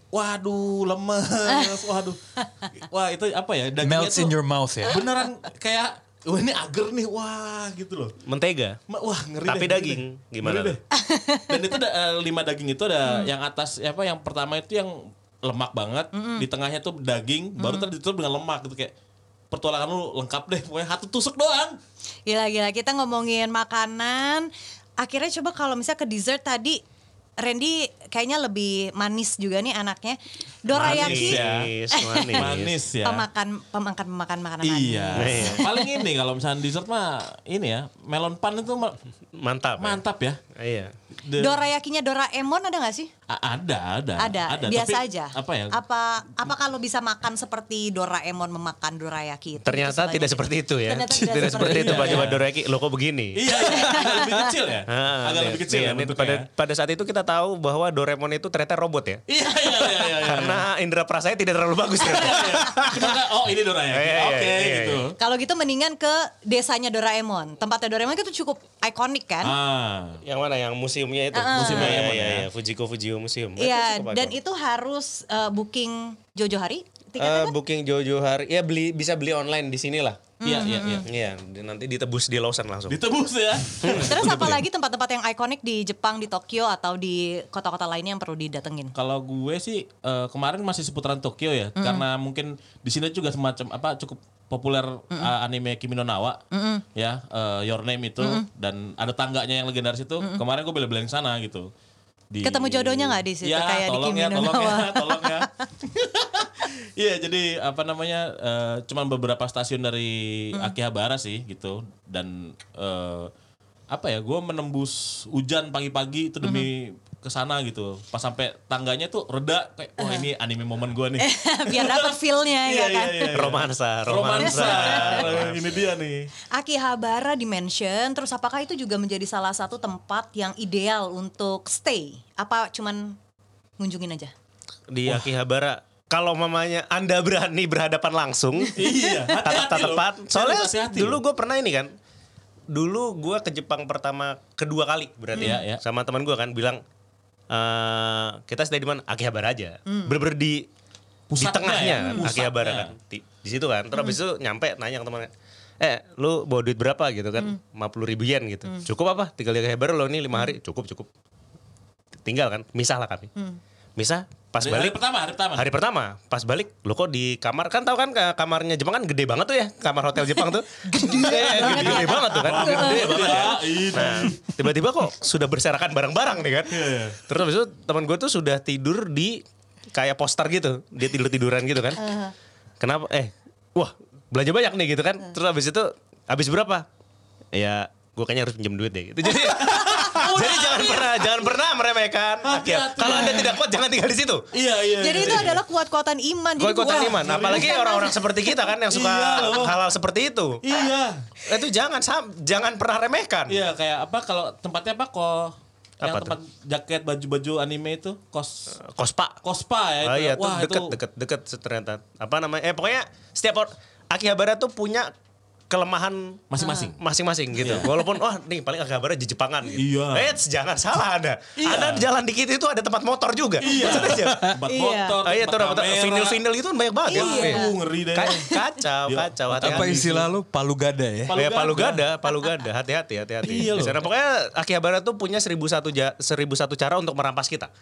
S4: Waduh, lemes. Waduh. Wah, itu apa ya? Dagingnya
S1: Melts
S4: tuh
S1: in your mouth ya.
S4: beneran kayak wah ini agar nih. Wah, gitu loh.
S5: Mentega.
S4: Ma- Wah, ngeri
S5: Tapi
S4: deh, ngeri
S5: daging.
S4: deh.
S5: Gimana
S4: Ngeri
S5: tuh?
S4: deh. Dan itu ada eh, lima daging itu ada yang atas apa yang pertama itu yang lemak banget, di tengahnya tuh daging, baru tadi ditutup dengan lemak gitu kayak pertualangan lu lengkap deh, pokoknya satu tusuk doang.
S2: Gila-gila kita ngomongin makanan. Akhirnya coba kalau misalnya ke dessert tadi Randy kayaknya lebih manis juga nih anaknya. Dorayaki
S4: Manis
S5: Manis,
S4: ya.
S5: manis.
S4: Manis ya.
S2: pemakan pemakan pemakan makanan
S4: Iya.
S2: manis.
S5: Iya.
S4: Paling ini kalau misalnya dessert mah ini ya, melon pan itu ma-
S5: Mantap. ya?
S4: mantap ya.
S5: Iya.
S4: The-
S2: Dorayakinya Doraemon ada nggak sih?
S4: A- ada, ada.
S2: Ada, biasa
S4: Tapi
S2: aja.
S4: Apa ya?
S2: Apa apa kalau bisa makan seperti Doraemon memakan dorayaki itu?
S5: Ternyata
S2: Itu
S5: tidak
S2: sebanyak-
S5: seperti itu ya.
S2: Ternyata tidak
S5: seperti
S2: seperti
S5: itu
S4: itu.
S5: Pak Coba
S4: Iya.
S5: Dorayaki. Lo kok begini?
S4: Iya, iya, agak lebih kecil ya.
S5: Ah,
S4: agak
S5: iya.
S4: lebih kecil
S5: Iya,
S4: ya
S5: ini
S4: bentuknya
S5: pada
S4: ya.
S5: pada saat itu kita tahu bahwa Doraemon itu ternyata robot ya.
S4: Iya, iya, iya, iya, iya.
S5: Karena indera perasanya tidak terlalu bagus ternyata.
S4: Cuma kan, oh ini Dorayaki.
S5: Iya, iya,
S4: Oke,
S5: iya,
S4: gitu.
S2: Kalau gitu mendingan ke desanya Doraemon. Tempatnya Doraemon itu cukup ikonik kan?
S4: Ah.
S5: Yang mana? Yang museumnya itu.
S4: Museumnya
S5: Iya,
S4: Doraemon
S5: iya,
S4: ya.
S5: iya. Fujiko Fujio Museum.
S2: Iya,
S5: Itu cukup
S2: dan
S5: ikonik.
S2: itu harus uh, booking Jojo Hari
S5: Eh,
S2: tiketnya kan?
S5: booking Jojo hari. Ya beli bisa beli online di sini lah.
S4: Iya, iya, iya.
S5: Iya, di- nanti ditebus di Lawson langsung.
S4: Ditebus ya.
S2: Terus apa lagi tempat-tempat yang ikonik di Jepang, di Tokyo atau di kota-kota lainnya yang perlu didatengin?
S4: Kalau gue sih eh, kemarin masih seputaran Tokyo ya, karena mungkin di sini juga semacam apa cukup populer eh, anime Kimi no Na wa, ya eh, Your Name itu dan ada tangganya yang legendaris itu. Kemarin gue bela-belain sana gitu. Di-
S2: Ketemu jodohnya nggak di situ
S4: Ya,
S2: kayak di
S4: tolong
S2: Kimi
S4: ya,
S2: no
S4: tolong
S2: Na wa?
S4: ya, tolong ya. Iya, jadi apa namanya? eh, cuman beberapa stasiun dari Akihabara sih gitu dan eh, apa ya? Gue menembus hujan pagi-pagi itu demi kesana gitu. Pas sampai tangganya tuh reda kayak wah ini anime momen gue nih.
S2: Biar dapat feel-nya ya kan.
S5: Romansa,
S4: Romansa.
S5: romansa.
S4: Ini dia nih.
S2: Akihabara Dimension, terus apakah itu juga menjadi salah satu tempat yang ideal untuk stay? Apa cuman ngunjungin aja?
S5: Di Akihabara. Kalau mamanya Anda berani berhadapan langsung,
S4: Iya, hati-hati loh.
S5: tatap-tatapan. Soalnya
S4: Serius, hati-hati
S5: dulu
S4: loh.
S5: gue pernah ini kan. Dulu gue ke Jepang pertama, kedua kali berarti
S4: Iya,
S5: ya.
S4: iya.
S5: Sama teman gue kan bilang, eh kita stay di mana? Akihabara aja. Bener-bener di
S4: Pusatnya
S5: di tengahnya
S4: ya,
S5: kan,
S4: pusatnya.
S5: Akihabara kan. Di, di situ kan. Terus habis itu nyampe nanya ke temannya, eh lu bawa duit berapa gitu kan? lima puluh ribu yen gitu. Cukup apa? Tinggal di Akihabara lo nih lima hari. Cukup, cukup. Tinggal kan, misah lah kami. Misah, pas
S4: Hari, hari
S5: balik.
S4: pertama, hari pertama.
S5: Hari pertama, pas balik, lo kok di kamar, kan tahu kan ka- kamarnya Jepang kan gede banget tuh ya, kamar hotel Jepang tuh. Gede, gede, gede banget tuh kan, gede banget ya.
S4: ini.
S5: Nah, tiba-tiba kok sudah berserakan barang-barang nih kan. Terus habis itu teman gue tuh sudah tidur di kayak poster gitu, dia tidur-tiduran gitu kan. Kenapa? Eh, wah belanja banyak nih gitu kan. Terus habis itu, habis berapa? Ya, gue kayaknya harus pinjam duit deh gitu. Jadi, jadi jangan pernah, jangan pernah meremehkan.
S4: Hati-hati.
S5: Kalau Anda tidak kuat, jangan tinggal di situ.
S4: Iya, iya.
S2: Jadi
S4: iya.
S2: itu adalah kuat-kuatan iman. Jadi
S5: Kuat-kuatan
S2: wah,
S5: iman, apalagi
S2: bukan
S5: orang-orang seperti kita kan yang suka
S4: Iya, loh.
S5: halal seperti itu.
S4: Iya.
S5: Itu jangan sam- jangan pernah remehkan.
S4: Iya, kayak apa kalau tempatnya apa kok yang
S5: Apa tuh?
S4: tempat jaket baju-baju anime itu kos
S5: Kospa.
S4: Kospa ya
S5: Oh
S4: itu.
S5: iya tuh
S4: Wah,
S5: deket,
S4: itu
S5: deket, deket ternyata. Apa namanya? Eh pokoknya setiap orang Akihabara tuh punya kelemahan
S4: Masing-masing.
S5: masing-masing gitu. Walaupun wah nih paling Akihabara di Jepangan gitu.
S4: Iya.
S5: Eh jangan salah Anda. Anda jalan dikit itu ada tempat motor juga.
S4: Iya. Tempat
S2: Iya.
S4: motor,
S5: Oh iya tuh
S4: tempat
S5: dapat
S4: kamera.
S5: vinyl-vinyl itu kan banyak banget ya.
S2: Iya.
S5: Eh,
S4: Uh, ngeri deh.
S5: ka- Kacau,
S4: Iya.
S5: kacau.
S1: Apa
S5: Hati-hati.
S1: istilah lu palu gada ya?
S4: Palu
S5: Ya Palu
S4: gada.
S5: Gada, Palu Gada, hati-hati, hati-hati.
S4: Iya
S5: Di
S4: loh.
S5: sana pokoknya Akihabara tuh punya seribu satu ja, seribu satu cara untuk merampas kita.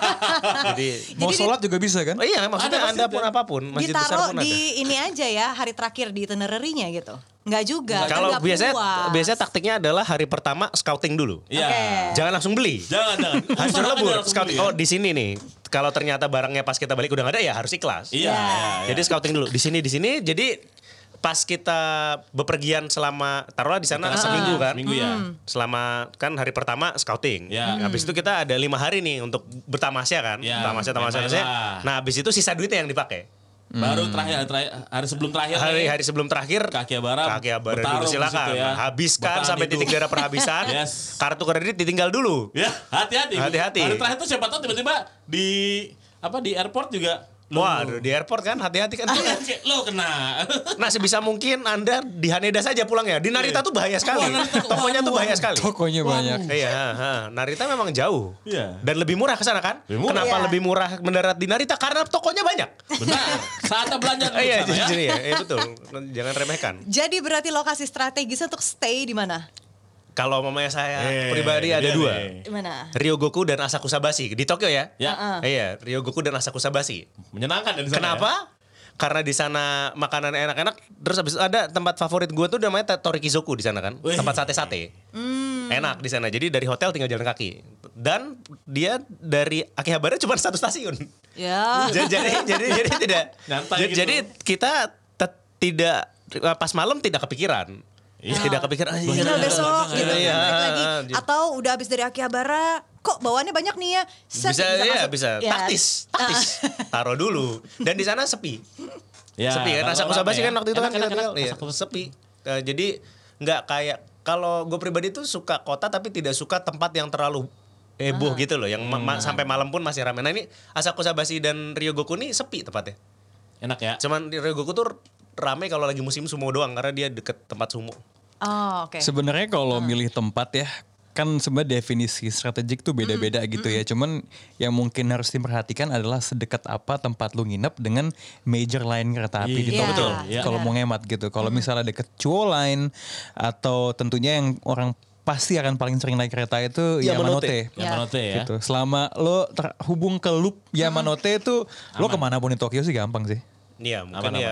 S5: Jadi,
S1: Mau
S2: Jadi
S1: sholat juga bisa kan?
S5: oh iya maksudnya
S4: Ada
S5: Anda
S4: masjid
S5: pun
S4: dan-
S5: apapun, masjid besar
S2: Ditaruh
S5: pun ada.
S2: di ini aja ya, hari terakhir di itinerary-nya gitu. Enggak juga. kan
S5: Kalau
S2: nggak
S5: biasanya
S2: puas.
S5: biasanya taktiknya adalah hari pertama scouting dulu.
S4: Iya.
S2: Oke.
S5: Jangan langsung beli.
S4: Jangan, jangan.
S5: Hancur
S4: Usahakan
S5: lebur.
S4: jangan langsung
S5: Scouting.
S4: beli, ya.
S5: Oh di sini nih. Kalau ternyata barangnya pas kita balik udah gak ada ya harus ikhlas.
S4: Iya,
S2: Ya.
S4: iya, iya.
S5: Jadi scouting dulu. Di sini di sini. Jadi pas kita bepergian selama taruhlah di sana
S4: Ah,
S5: seminggu kan.
S4: seminggu ya.
S5: Selama kan hari pertama scouting.
S4: Ya.
S5: Habis itu kita ada lima hari nih untuk bertamasya kan.
S4: Ya,
S5: Tamasya tamasya.
S4: main-main
S5: tamasya.
S4: lah.
S5: Nah habis itu sisa duitnya yang dipakai.
S4: Baru terakhir, hari terakhir hari sebelum terakhir nih,
S5: Hari-hari sebelum terakhir
S4: ke Akihabara,
S5: ke Akihabara
S4: bertarung
S5: dulu
S4: di
S5: silakan.
S4: situ ya.
S5: Habiskan
S4: Bertahan
S5: sampai
S4: hidup.
S5: titik darah perhabisan.
S4: Yes.
S5: Kartu kredit ditinggal dulu.
S4: Ya, hati-hati.
S5: Hati-hati.
S4: Hari terakhir tuh siapa tahu tiba-tiba di apa di airport juga. Lu-
S5: Waduh, di airport kan hati-hati kan.
S4: Kayak lo kena.
S5: Nah sebisa mungkin Anda di Haneda saja pulang ya. Di Narita tuh bahaya sekali.
S4: Wah, Narita tuh-
S5: Tokonya tuh bahaya sekali.
S1: Tokonya banyak.
S5: Iya, ha, ha. Narita memang jauh.
S4: Iya.
S5: Dan lebih murah ke sana kan?
S4: Lebih murah.
S5: Kenapa
S2: Iya.
S5: lebih murah mendarat di Narita? Karena tokonya banyak.
S4: Benar. Saatnya belanja dulu
S5: Iya,
S4: sana ya.
S5: jadi ya. Iya betul. Jangan remehkan.
S2: Jadi berarti lokasi strategis untuk stay di mana?
S5: Kalau mamanya saya
S4: Eh,
S5: pribadi ada
S4: dia
S5: dua.
S4: nih.
S2: Di mana?
S5: Ryogoku dan Asakusabashi di Tokyo ya.
S4: Ya.
S5: Iya, Ryogoku dan Asakusabashi.
S4: Menyenangkan ya di sana.
S5: Kenapa? Karena di sana makanan enak-enak. Terus habis itu ada tempat favorit gue tuh namanya Torikizoku di sana kan.
S4: Wih.
S5: Tempat sate-sate. Enak di sana. Jadi dari hotel tinggal jalan kaki. Dan dia dari Akihabara cuma satu stasiun.
S2: Ya.
S5: jadi, jadi jadi jadi tidak.
S4: Nyantai
S5: jadi,
S4: gitu.
S5: jadi kita te- tidak pas malam tidak kepikiran.
S4: Iya.
S5: Tidak kepikiran. Ah, iya,
S2: Tinggal
S5: iya,
S2: besok gitu.
S5: iya,
S2: balik lagi.
S5: iya.
S2: Atau udah habis dari Akihabara, kok bawaannya banyak nih ya? Set,
S5: Bisa ya
S2: masuk.
S5: bisa.
S2: Ya.
S5: Taktis, taktis. Taruh dulu. Dan di sana sepi.
S4: Ya,
S5: sepi kan.
S4: rame-rame
S5: Asakusabashi
S4: ya.
S5: kan waktu itu kan
S4: Enak,
S5: kita
S4: enak,
S5: tinggal.
S4: enak.
S5: Iya,
S4: Asakusabashi.
S5: sepi. Eh, jadi nggak kayak kalau gue pribadi tuh suka kota tapi tidak suka tempat yang terlalu heboh gitu loh, yang ma- ma- sampai malam pun masih ramai. Nah ini Asakusabashi dan Ryogoku nih sepi tempatnya.
S4: Enak ya.
S5: Cuman di Ryogoku tuh ramai kalau lagi musim sumo doang karena dia deket tempat sumo.
S2: Oh, oke.
S1: Sebenarnya kalau milih tempat ya, kan sebenarnya definisi strategik tuh beda-beda gitu ya. Cuman yang mungkin harus diperhatikan adalah sedekat apa tempat lu nginep dengan major line kereta api di
S2: Iya,
S1: Tokyo.
S2: iya.
S1: Kalau mau ngemat gitu. Kalau misalnya deket Chuo Line atau tentunya yang orang pasti akan paling sering naik kereta itu
S5: Yamanote.
S1: Yamanote.
S4: Yamanote ya.
S1: Gitu. Selama lo terhubung ke loop Yamanote itu lo kemana pun di Tokyo sih gampang sih.
S5: Iya mungkin
S4: Aman-aman.
S5: ya,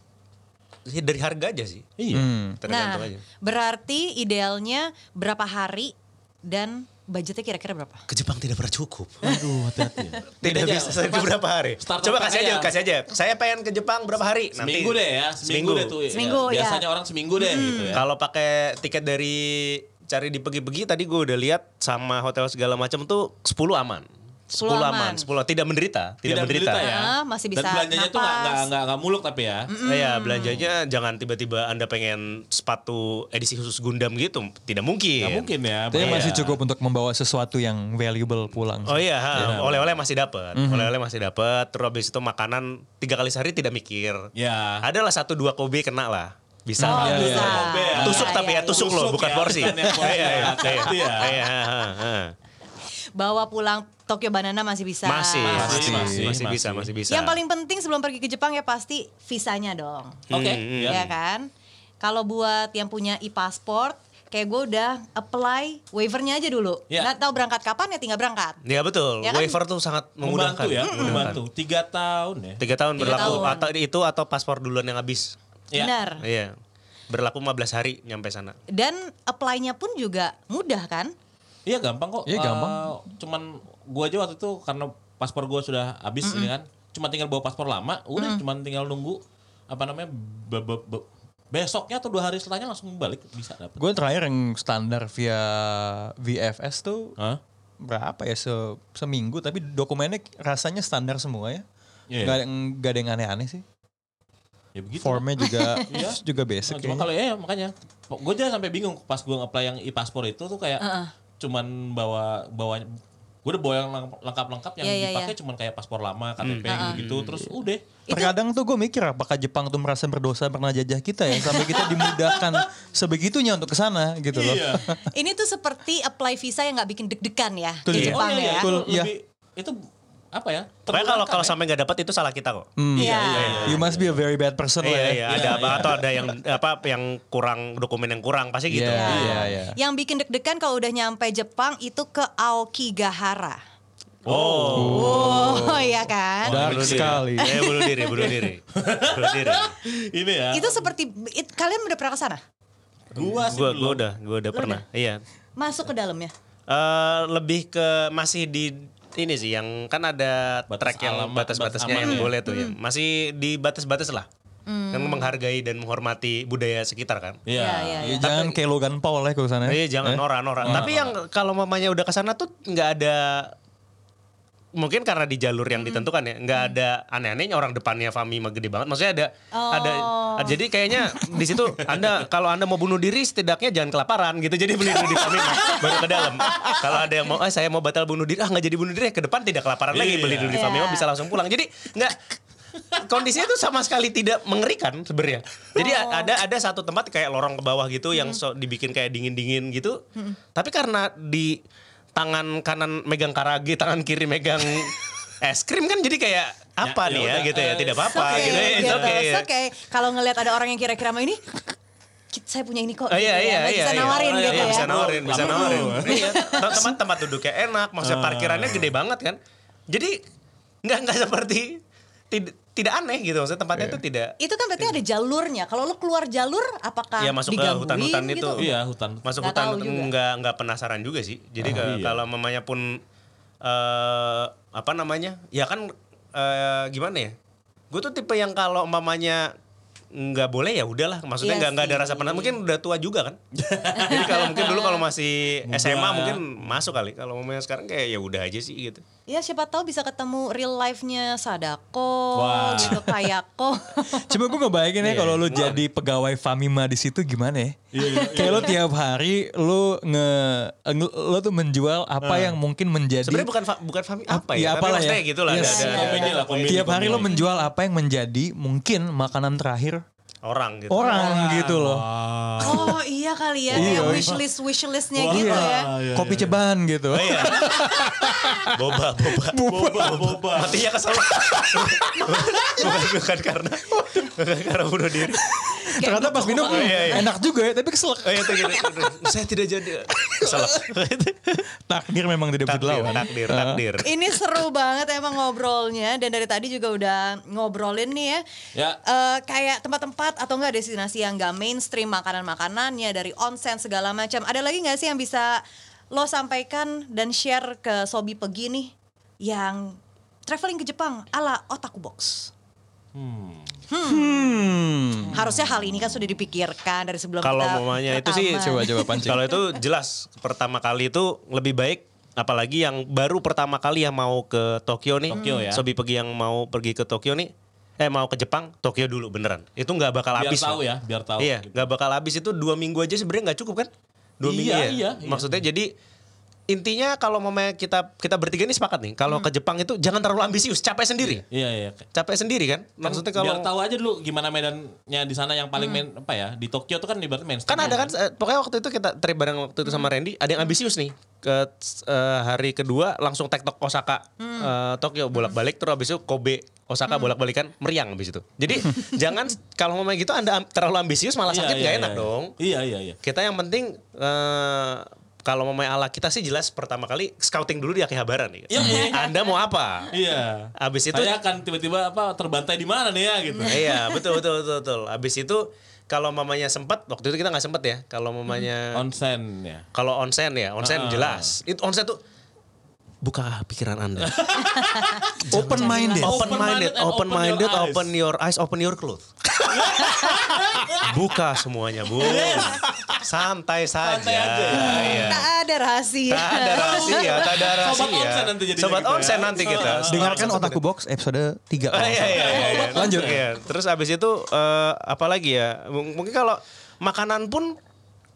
S5: ya dari harga aja sih.
S4: Iya.
S2: Nah,
S5: Tergantung aja.
S2: berarti idealnya berapa hari dan budgetnya kira-kira berapa?
S5: Ke Jepang tidak pernah cukup.
S4: Aduh, hati-hati ya.
S5: Tidak
S4: Aja,
S5: bisa sampai
S4: pas
S5: berapa hari.
S4: start
S5: Coba
S4: up
S5: kasih aja,
S4: ya.
S5: kasih aja. Saya pengen ke Jepang berapa hari?
S4: Seminggu deh ya, seminggu, deh tuh. ya.
S2: Seminggu, ya.
S4: Biasanya orang seminggu deh gitu ya.
S5: Kalau pakai tiket dari cari di pergi-pergi tadi gue udah lihat sama hotel segala macam tuh sepuluh aman.
S2: sepuluh aman.
S5: sepuluh tidak menderita, tidak,
S4: Tidak
S5: menderita.
S4: menderita ya.
S2: Ah, masih bisa
S4: Dan belanjanya tuh nggak
S2: napas.
S4: nggak nggak nggak muluk tapi ya.
S5: Iya, belanjanya jangan tiba-tiba Anda pengen sepatu edisi khusus Gundam gitu, tidak mungkin.
S4: Nggak mungkin ya.
S1: Tapi
S4: bahaya.
S1: masih cukup untuk membawa sesuatu yang valuable pulang.
S5: Oh iya, ha, oleh-oleh masih dapat, oleh-oleh masih dapat. Terus habis itu makanan tiga kali sehari tidak mikir.
S4: Ya.
S5: Adalah satu dua kobe kena lah, bisa.
S2: Oh,
S5: lah.
S2: bisa.
S4: Kobe ya.
S5: Tusuk
S2: Iya,
S5: tapi
S2: iya,
S5: ya tusuk
S4: iya.
S5: loh,
S4: Tusuk
S5: bukan
S4: ya,
S5: porsi.
S4: bukan yang porsi
S5: Iya, iya,
S4: ya,
S5: iya.
S4: itu ya.
S5: Iya, ha, ha.
S2: Bawa pulang Tokyo Banana masih bisa.
S5: Masih,
S4: Masih,
S5: masih,
S4: masih,
S5: masih bisa,
S4: masih.
S5: masih bisa.
S2: Yang paling penting sebelum pergi ke Jepang ya pasti visanya dong.
S4: Oke.
S5: Hmm,
S4: ya.
S2: Ya kan? Kalau buat yang punya e-passport, kayak gue udah apply waivernya aja dulu.
S4: Ya.
S2: Nggak tahu berangkat kapan ya tinggal berangkat.
S5: Ya betul,
S2: Ya kan?
S5: waiver tuh sangat memudahkan.
S4: Membantu ya, membantu. Tiga tahun ya.
S5: Tiga tahun
S2: Tiga
S5: berlaku
S2: tahun.
S5: atau itu atau paspor duluan yang habis.
S4: Ya.
S2: Benar.
S5: Iya. Berlaku lima belas hari nyampe sana.
S2: Dan apply-nya pun juga mudah kan?
S4: Iya gampang kok.
S1: Iya,
S4: Eh,
S1: gampang.
S4: cuman gua aja waktu itu karena paspor gua sudah habis ini kan, cuma tinggal bawa paspor lama, udah cuman tinggal nunggu apa namanya be- be- be- besoknya atau dua hari setelahnya langsung balik bisa dapat.
S1: Gue terakhir yang standar via V F S tuh
S4: Hah?
S1: berapa ya se- seminggu tapi dokumennya rasanya standar semua ya.
S4: Iya.
S1: Gak, ada yang- gak ada yang aneh-aneh sih.
S4: Ya begitu.
S1: Formnya juga
S4: Iya.
S1: juga basic.
S4: Nah, cuma
S1: kayaknya.
S4: kalau ya makanya gue aja sampai bingung pas gue nge-apply yang e-paspor itu tuh kayak cuman bawa bawa gue udah bawa yang lengkap-lengkap yang
S2: Iya, iya,
S4: dipakai
S2: iya.
S4: cuman kayak paspor lama, K T P gitu, terus udah.
S1: Terkadang tuh gue mikir apakah Jepang tuh merasa berdosa pernah jajah kita ya sampai kita dimudahkan sebegitunya untuk kesana gitu loh.
S4: Iya.
S2: Ini tuh seperti apply visa yang nggak bikin deg-degan ya
S1: Betul,
S2: di
S1: iya.
S2: Jepang
S4: Oh, iya,
S2: ya.
S4: iya.
S1: Betul,
S4: Itu
S1: iya.
S4: lebih, itu apa ya?
S5: Pokoknya kalau
S4: terluangkan
S5: kalau
S4: ya.
S5: sampai nggak dapat itu salah kita kok.
S1: Hmm.
S2: Iya.
S1: You must be a very bad person
S5: Iya,
S1: lah ya.
S5: iya, ada
S4: Iya,
S5: apa
S4: iya.
S5: atau ada yang apa yang kurang dokumen yang kurang pasti gitu.
S1: Iya,
S2: Ya.
S1: iya, iya.
S2: Yang bikin deg-degan kalau udah nyampe Jepang itu ke Aokigahara.
S5: Oh.
S2: Oh, iya kan?
S1: Dark
S5: Bunuh diri.
S1: sekali.
S5: Eh bunuh diri, bunuh diri. Bunuh diri.
S4: Ini ya.
S2: Itu seperti it- kalian udah pernah ke sana?
S4: Gua sih
S5: Gua
S4: belum.
S5: gua udah, gua udah pernah. Iya.
S2: Masuk ke dalamnya?
S5: Eh lebih ke masih di ini sih yang kan ada
S4: Batas
S5: track yang
S4: alam,
S5: batas-batasnya
S4: batas
S5: yang
S4: aman ya.
S5: boleh tuh ya. Masih di batas-batas lah. Kan menghargai dan menghormati budaya sekitar kan.
S4: Iya.
S2: Iya, iya,
S1: Ya, jangan kayak Logan Paul ya ke sana.
S5: Iya jangan norak-norak. Tapi yang kalau mamanya udah ke sana tuh nggak ada, mungkin karena di jalur yang ditentukan ya, nggak ada aneh-anehnya. Orang depannya Fami mah gede banget. Maksudnya ada ada
S2: Oh.
S5: jadi kayaknya di situ Anda kalau Anda mau bunuh diri setidaknya jangan kelaparan gitu. Jadi beli dulu di Fami mah, baru ke dalam. Kalau ada yang mau ah saya mau batal bunuh diri, ah nggak jadi bunuh diri, ke depan tidak kelaparan lagi, beli dulu di Fami mah bisa langsung pulang. Jadi nggak, kondisinya tuh sama sekali tidak mengerikan sebenarnya. Jadi
S2: Oh.
S5: ada ada satu tempat kayak lorong ke bawah gitu yang so, dibikin kayak dingin-dingin gitu. Tapi karena di tangan kanan megang karage, tangan kiri megang es krim kan jadi kayak apa
S4: Ya,
S5: nih
S4: ya
S5: ya
S4: udah,
S5: gitu ya,
S4: eh,
S5: tidak
S2: It's
S5: apa-apa
S2: okay,
S5: gitu. It's
S2: gitu.
S5: okay.
S2: It's okay. Kalau ngelihat ada orang yang kira-kira mau ini, "Kit, saya punya ini kok."
S5: Oh iya
S2: gitu
S5: iya
S2: ya.
S5: iya.
S2: Bisa
S5: iya.
S2: nawarin
S5: Oh, iya,
S2: gitu
S5: iya,
S2: ya.
S5: Bisa nawarin, bisa
S4: Lama
S5: nawarin.
S4: dulu.
S5: Iya. Tempat tempat duduknya enak, maksudnya parkirannya gede banget kan. Jadi nggak nggak seperti tidak tidak aneh gitu, maksudnya tempatnya itu tidak.
S2: Itu kan berarti ada jalurnya. Kalau lu keluar jalur, apakah
S5: Iya, masuk ke
S2: digangguin
S5: hutan-hutan
S2: gitu?
S5: itu.
S4: Iya, hutan.
S5: Masuk
S2: Nggak
S5: hutan
S2: tahu juga.
S5: nggak nggak penasaran juga sih. Jadi
S4: Oh,
S5: ke-
S4: iya.
S5: kalau mamanya pun eh apa namanya? Ya kan eh, gimana ya? Gue tuh tipe yang kalau mamanya nggak boleh ya udahlah, maksudnya
S2: Iya
S5: nggak nggak ada
S2: sih.
S5: rasa penasaran. Mungkin udah tua juga kan. Jadi kalau mungkin dulu kalau masih S M A mungkin masuk kali. Kalau mamanya sekarang kayak ya udah aja sih gitu.
S2: Ya siapa tahu bisa ketemu real life-nya Sadako,
S4: Wah.
S2: gitu Kayako.
S1: Coba gue ngebayangin ya kalau lu jadi pegawai Famima di situ gimana ya? Kayak lu tiap hari lu nge, nge lu tuh menjual apa yang mungkin menjadi
S5: Sebenarnya bukan fa- bukan fami apa
S1: ya
S5: ya? Tapi
S1: apalah
S5: maksudnya
S1: ya.
S5: gitu lah.
S1: Yes.
S5: ada- ada-
S4: Komedi lah, komedi.
S1: tiap hari lu
S4: komedi.
S1: menjual apa yang menjadi mungkin makanan terakhir
S5: orang gitu.
S1: orang gitu loh.
S2: Oh iya kali ya,
S1: Iya.
S2: kayak wishlist wishlistnya
S4: Wah.
S2: gitu
S1: Iya.
S2: ya.
S4: iya,
S1: Kopi ceban gitu.
S5: Oh iya. boba, boba.
S4: Boba, boba.
S5: Matinya kesel. bukan, bukan karena bukan karena bunuh diri.
S1: Ternyata pas minum
S5: Oh, iya, iya.
S1: enak juga ya, tapi keselak.
S5: Oh iya itu gitu. Saya tidak jadi kesel.
S1: Takdir memang tidak bisa
S5: takdir,
S1: dilawan.
S5: takdir, takdir.
S2: Ini seru banget emang ngobrolnya, dan dari tadi juga udah ngobrolin nih ya.
S4: Ya.
S2: Eh, kayak tempat-tempat atau enggak destinasi yang enggak mainstream, makanan-makanannya dari onsen segala macam. Ada lagi nggak sih yang bisa lo sampaikan dan share ke Sobi Pegi nih yang traveling ke Jepang ala Otaku Box?
S1: Hmm.
S2: Harusnya hal ini kan sudah dipikirkan dari sebelum
S5: Kalau
S2: kita
S5: mamanya itu sih
S2: rekaman.
S1: Coba coba pancing.
S5: Kalau itu jelas pertama kali itu lebih baik, apalagi yang baru pertama kali yang mau ke Tokyo nih.
S4: Tokyo ya.
S5: Sobi pergi yang mau pergi ke Tokyo nih. Eh mau ke Jepang, Tokyo dulu beneran. Itu nggak bakal
S4: Biar
S5: habis.
S4: tahu
S5: loh.
S4: ya, biar tahu.
S5: Iya, nggak bakal habis itu dua minggu aja sebenarnya nggak cukup kan? Dua
S4: Iya,
S5: minggu ya.
S4: iya, iya.
S5: Maksudnya jadi intinya kalau mamanya kita kita bertiga ini sepakat nih, kalau ke Jepang itu jangan terlalu ambisius, capek sendiri.
S4: Iya, iya.
S5: Capek sendiri kan? Maksudnya
S4: Kan biar
S5: kalau
S4: tahu aja dulu gimana medannya di sana yang paling main apa ya? Di Tokyo tuh kan ibaratnya main.
S5: kan ada kan eh, pokoknya waktu itu kita trip bareng waktu itu sama Randy, ada yang ambisius nih. Ke eh, hari kedua langsung tektok Osaka eh, Tokyo bolak-balik, terus habis itu Kobe Osaka bolak-balikan, meriang habis itu. Jadi jangan kalau ngomong gitu Anda am- terlalu ambisius malah sakit nggak enak dong.
S4: Iya, iya, iya.
S5: Kita yang penting eh, kalau mau main ala kita sih jelas pertama kali scouting dulu di Akihabara nih.
S4: Iya, iya.
S5: Anda mau apa?
S4: Iya.
S5: Abis itu
S4: Saya akan tiba-tiba apa terbantai di mana nih ya gitu.
S5: iya betul betul betul betul. Abis itu kalau mamanya sempat, waktu itu kita nggak sempet ya. Kalau mamanya
S4: Onsen ya.
S5: kalau onsen ya, onsen
S4: Ah.
S5: jelas. Itu onsen tuh buka pikiran Anda.
S1: Open minded.
S5: Open minded,
S4: and
S5: open
S4: open your
S5: minded,
S4: eyes.
S5: open your eyes, open your clothes. Buka semuanya, Bu. Santai saja.
S4: Santai aja ya.
S5: Iya.
S2: Tak ada rahasia.
S5: Tak ada rahasia, tak ada rahasia.
S4: Sobat onsen nanti jadinya
S5: Sobat
S4: gitu ya.
S5: onsen nanti kita.
S1: Dengarkan Otaku Box episode tiga.
S5: Ah, iya, iya, iya, iya.
S1: Lanjut.
S5: Iya. Terus abis itu eh, apa lagi ya? M- Mungkin kalau makanan pun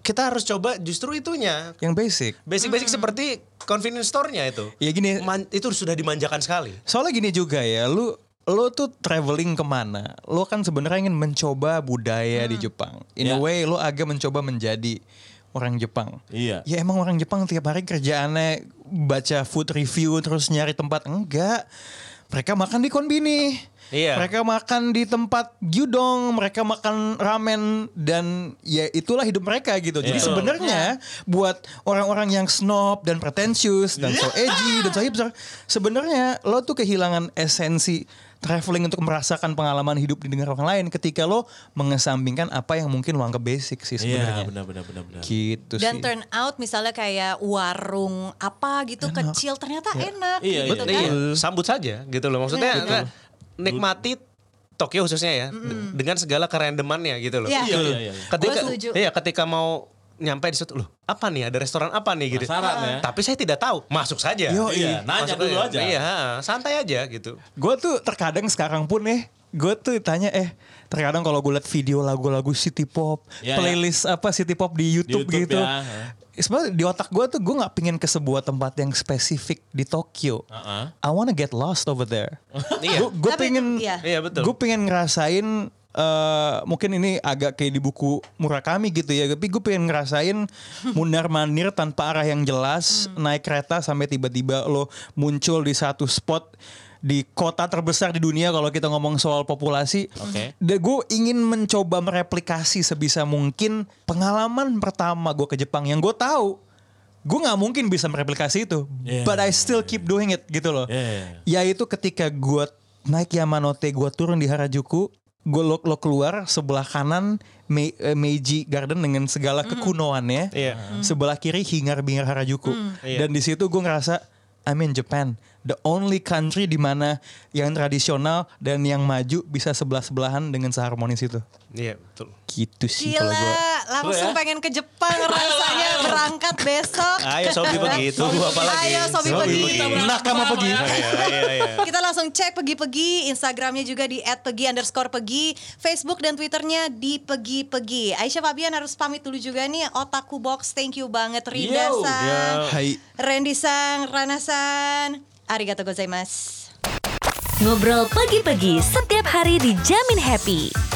S5: kita harus coba justru itunya.
S1: Yang basic.
S5: Basic-basic seperti convenience store-nya itu.
S1: Ya gini,
S5: Man- itu sudah dimanjakan sekali.
S1: soalnya gini juga ya, lu lo tuh traveling kemana? Lo kan sebenarnya ingin mencoba budaya di Jepang. In a
S4: Ya.
S1: way lo agak mencoba menjadi orang Jepang.
S4: Iya.
S1: Ya emang orang Jepang tiap hari kerjaannya baca food review terus nyari tempat. Enggak. Mereka makan di konbini.
S5: Iya.
S1: Mereka makan di tempat gyudong, mereka makan ramen, dan ya itulah hidup mereka gitu. Jadi
S4: Iya.
S1: sebenarnya buat orang-orang yang snob dan pretentious dan so edgy dan so hipster, sebenarnya lo tuh kehilangan esensi traveling untuk merasakan pengalaman hidup di negara orang lain ketika lo mengesampingkan apa yang mungkin lo anggap basic sih
S4: Iya,
S1: sebenarnya.
S4: benar benar benar benar.
S1: Gitu
S2: Dan
S1: sih.
S2: turn out misalnya kayak warung apa gitu kecil ternyata enak
S4: Iya,
S2: gitu
S4: iya.
S2: kan.
S5: Iya, sambut saja gitu loh. Maksudnya nggak, nikmati Tokyo khususnya ya d- dengan segala kerandomannya gitu loh.
S2: Iya.
S4: Iya, iya, iya.
S5: Ketika
S2: Gua setuju.
S5: iya ketika mau nyampe di situ loh, apa nih ada restoran apa nih gitu.
S4: Penasaran ya.
S5: Tapi saya tidak tahu, masuk saja.
S1: Yo,
S4: Iya, nanya
S5: Masuk
S4: dulu aja.
S5: Iya, santai aja gitu.
S1: Gue tuh terkadang sekarang pun nih, gue tuh tanya eh terkadang kalau gue liat video lagu-lagu city pop,
S4: Ya,
S1: playlist apa city pop di YouTube,
S4: YouTube
S1: gitu.
S4: ya.
S1: Sebenarnya di otak gue tuh gue nggak pingin ke sebuah tempat yang spesifik di Tokyo.
S4: Heeh.
S1: I wanna get lost over there.
S5: Iya.
S1: Gue
S2: Tapi,
S1: pengen,
S2: iya.
S5: Iya, betul.
S1: gue pengen ngerasain. eh, mungkin ini agak kayak di buku Murakami gitu ya, tapi gue pengen ngerasain mundar mandir tanpa arah yang jelas, naik kereta sampai tiba-tiba lo muncul di satu spot di kota terbesar di dunia kalau kita ngomong soal populasi.
S4: Oke.
S1: Dan gue ingin mencoba mereplikasi sebisa mungkin pengalaman pertama gue ke Jepang yang gue tahu gue nggak mungkin bisa mereplikasi itu,
S4: Yeah.
S1: but I still keep doing it gitu loh.
S4: Yeah.
S1: Yaitu ketika gue naik Yamanote, gue turun di Harajuku, gue lo, lo keluar sebelah kanan Me, eh, Meiji Garden dengan segala kekunoannya,
S5: Iya.
S1: sebelah kiri hingar-bingar Harajuku,
S5: Iya.
S1: dan di situ gue ngerasa I'm in Japan, the only country di mana yang tradisional dan yang maju bisa sebelah-sebelahan dengan seharmonis itu.
S5: Iya, betul.
S1: Gitu sih kalau
S2: Gila,
S1: gue.
S2: langsung
S4: Seru ya?
S2: pengen ke Jepang rasanya berangkat besok.
S5: Ayo Sobi begitu, apalagi.
S2: Ayo Sobi pergi.
S1: Nakama pergi.
S5: Iya, iya, iya.
S2: Kita langsung cek Pegi-Pegi, Instagramnya juga di at pegi underscore pegi, Facebook dan Twitternya di Pegi-Pegi. Aisyah Fabian harus pamit dulu juga nih, Otaku Box, thank you banget Rinda-san,
S1: Hai.
S2: Randy-san, Rana-san, arigatou gozaimasu.
S3: Ngobrol pagi-pagi setiap hari dijamin happy.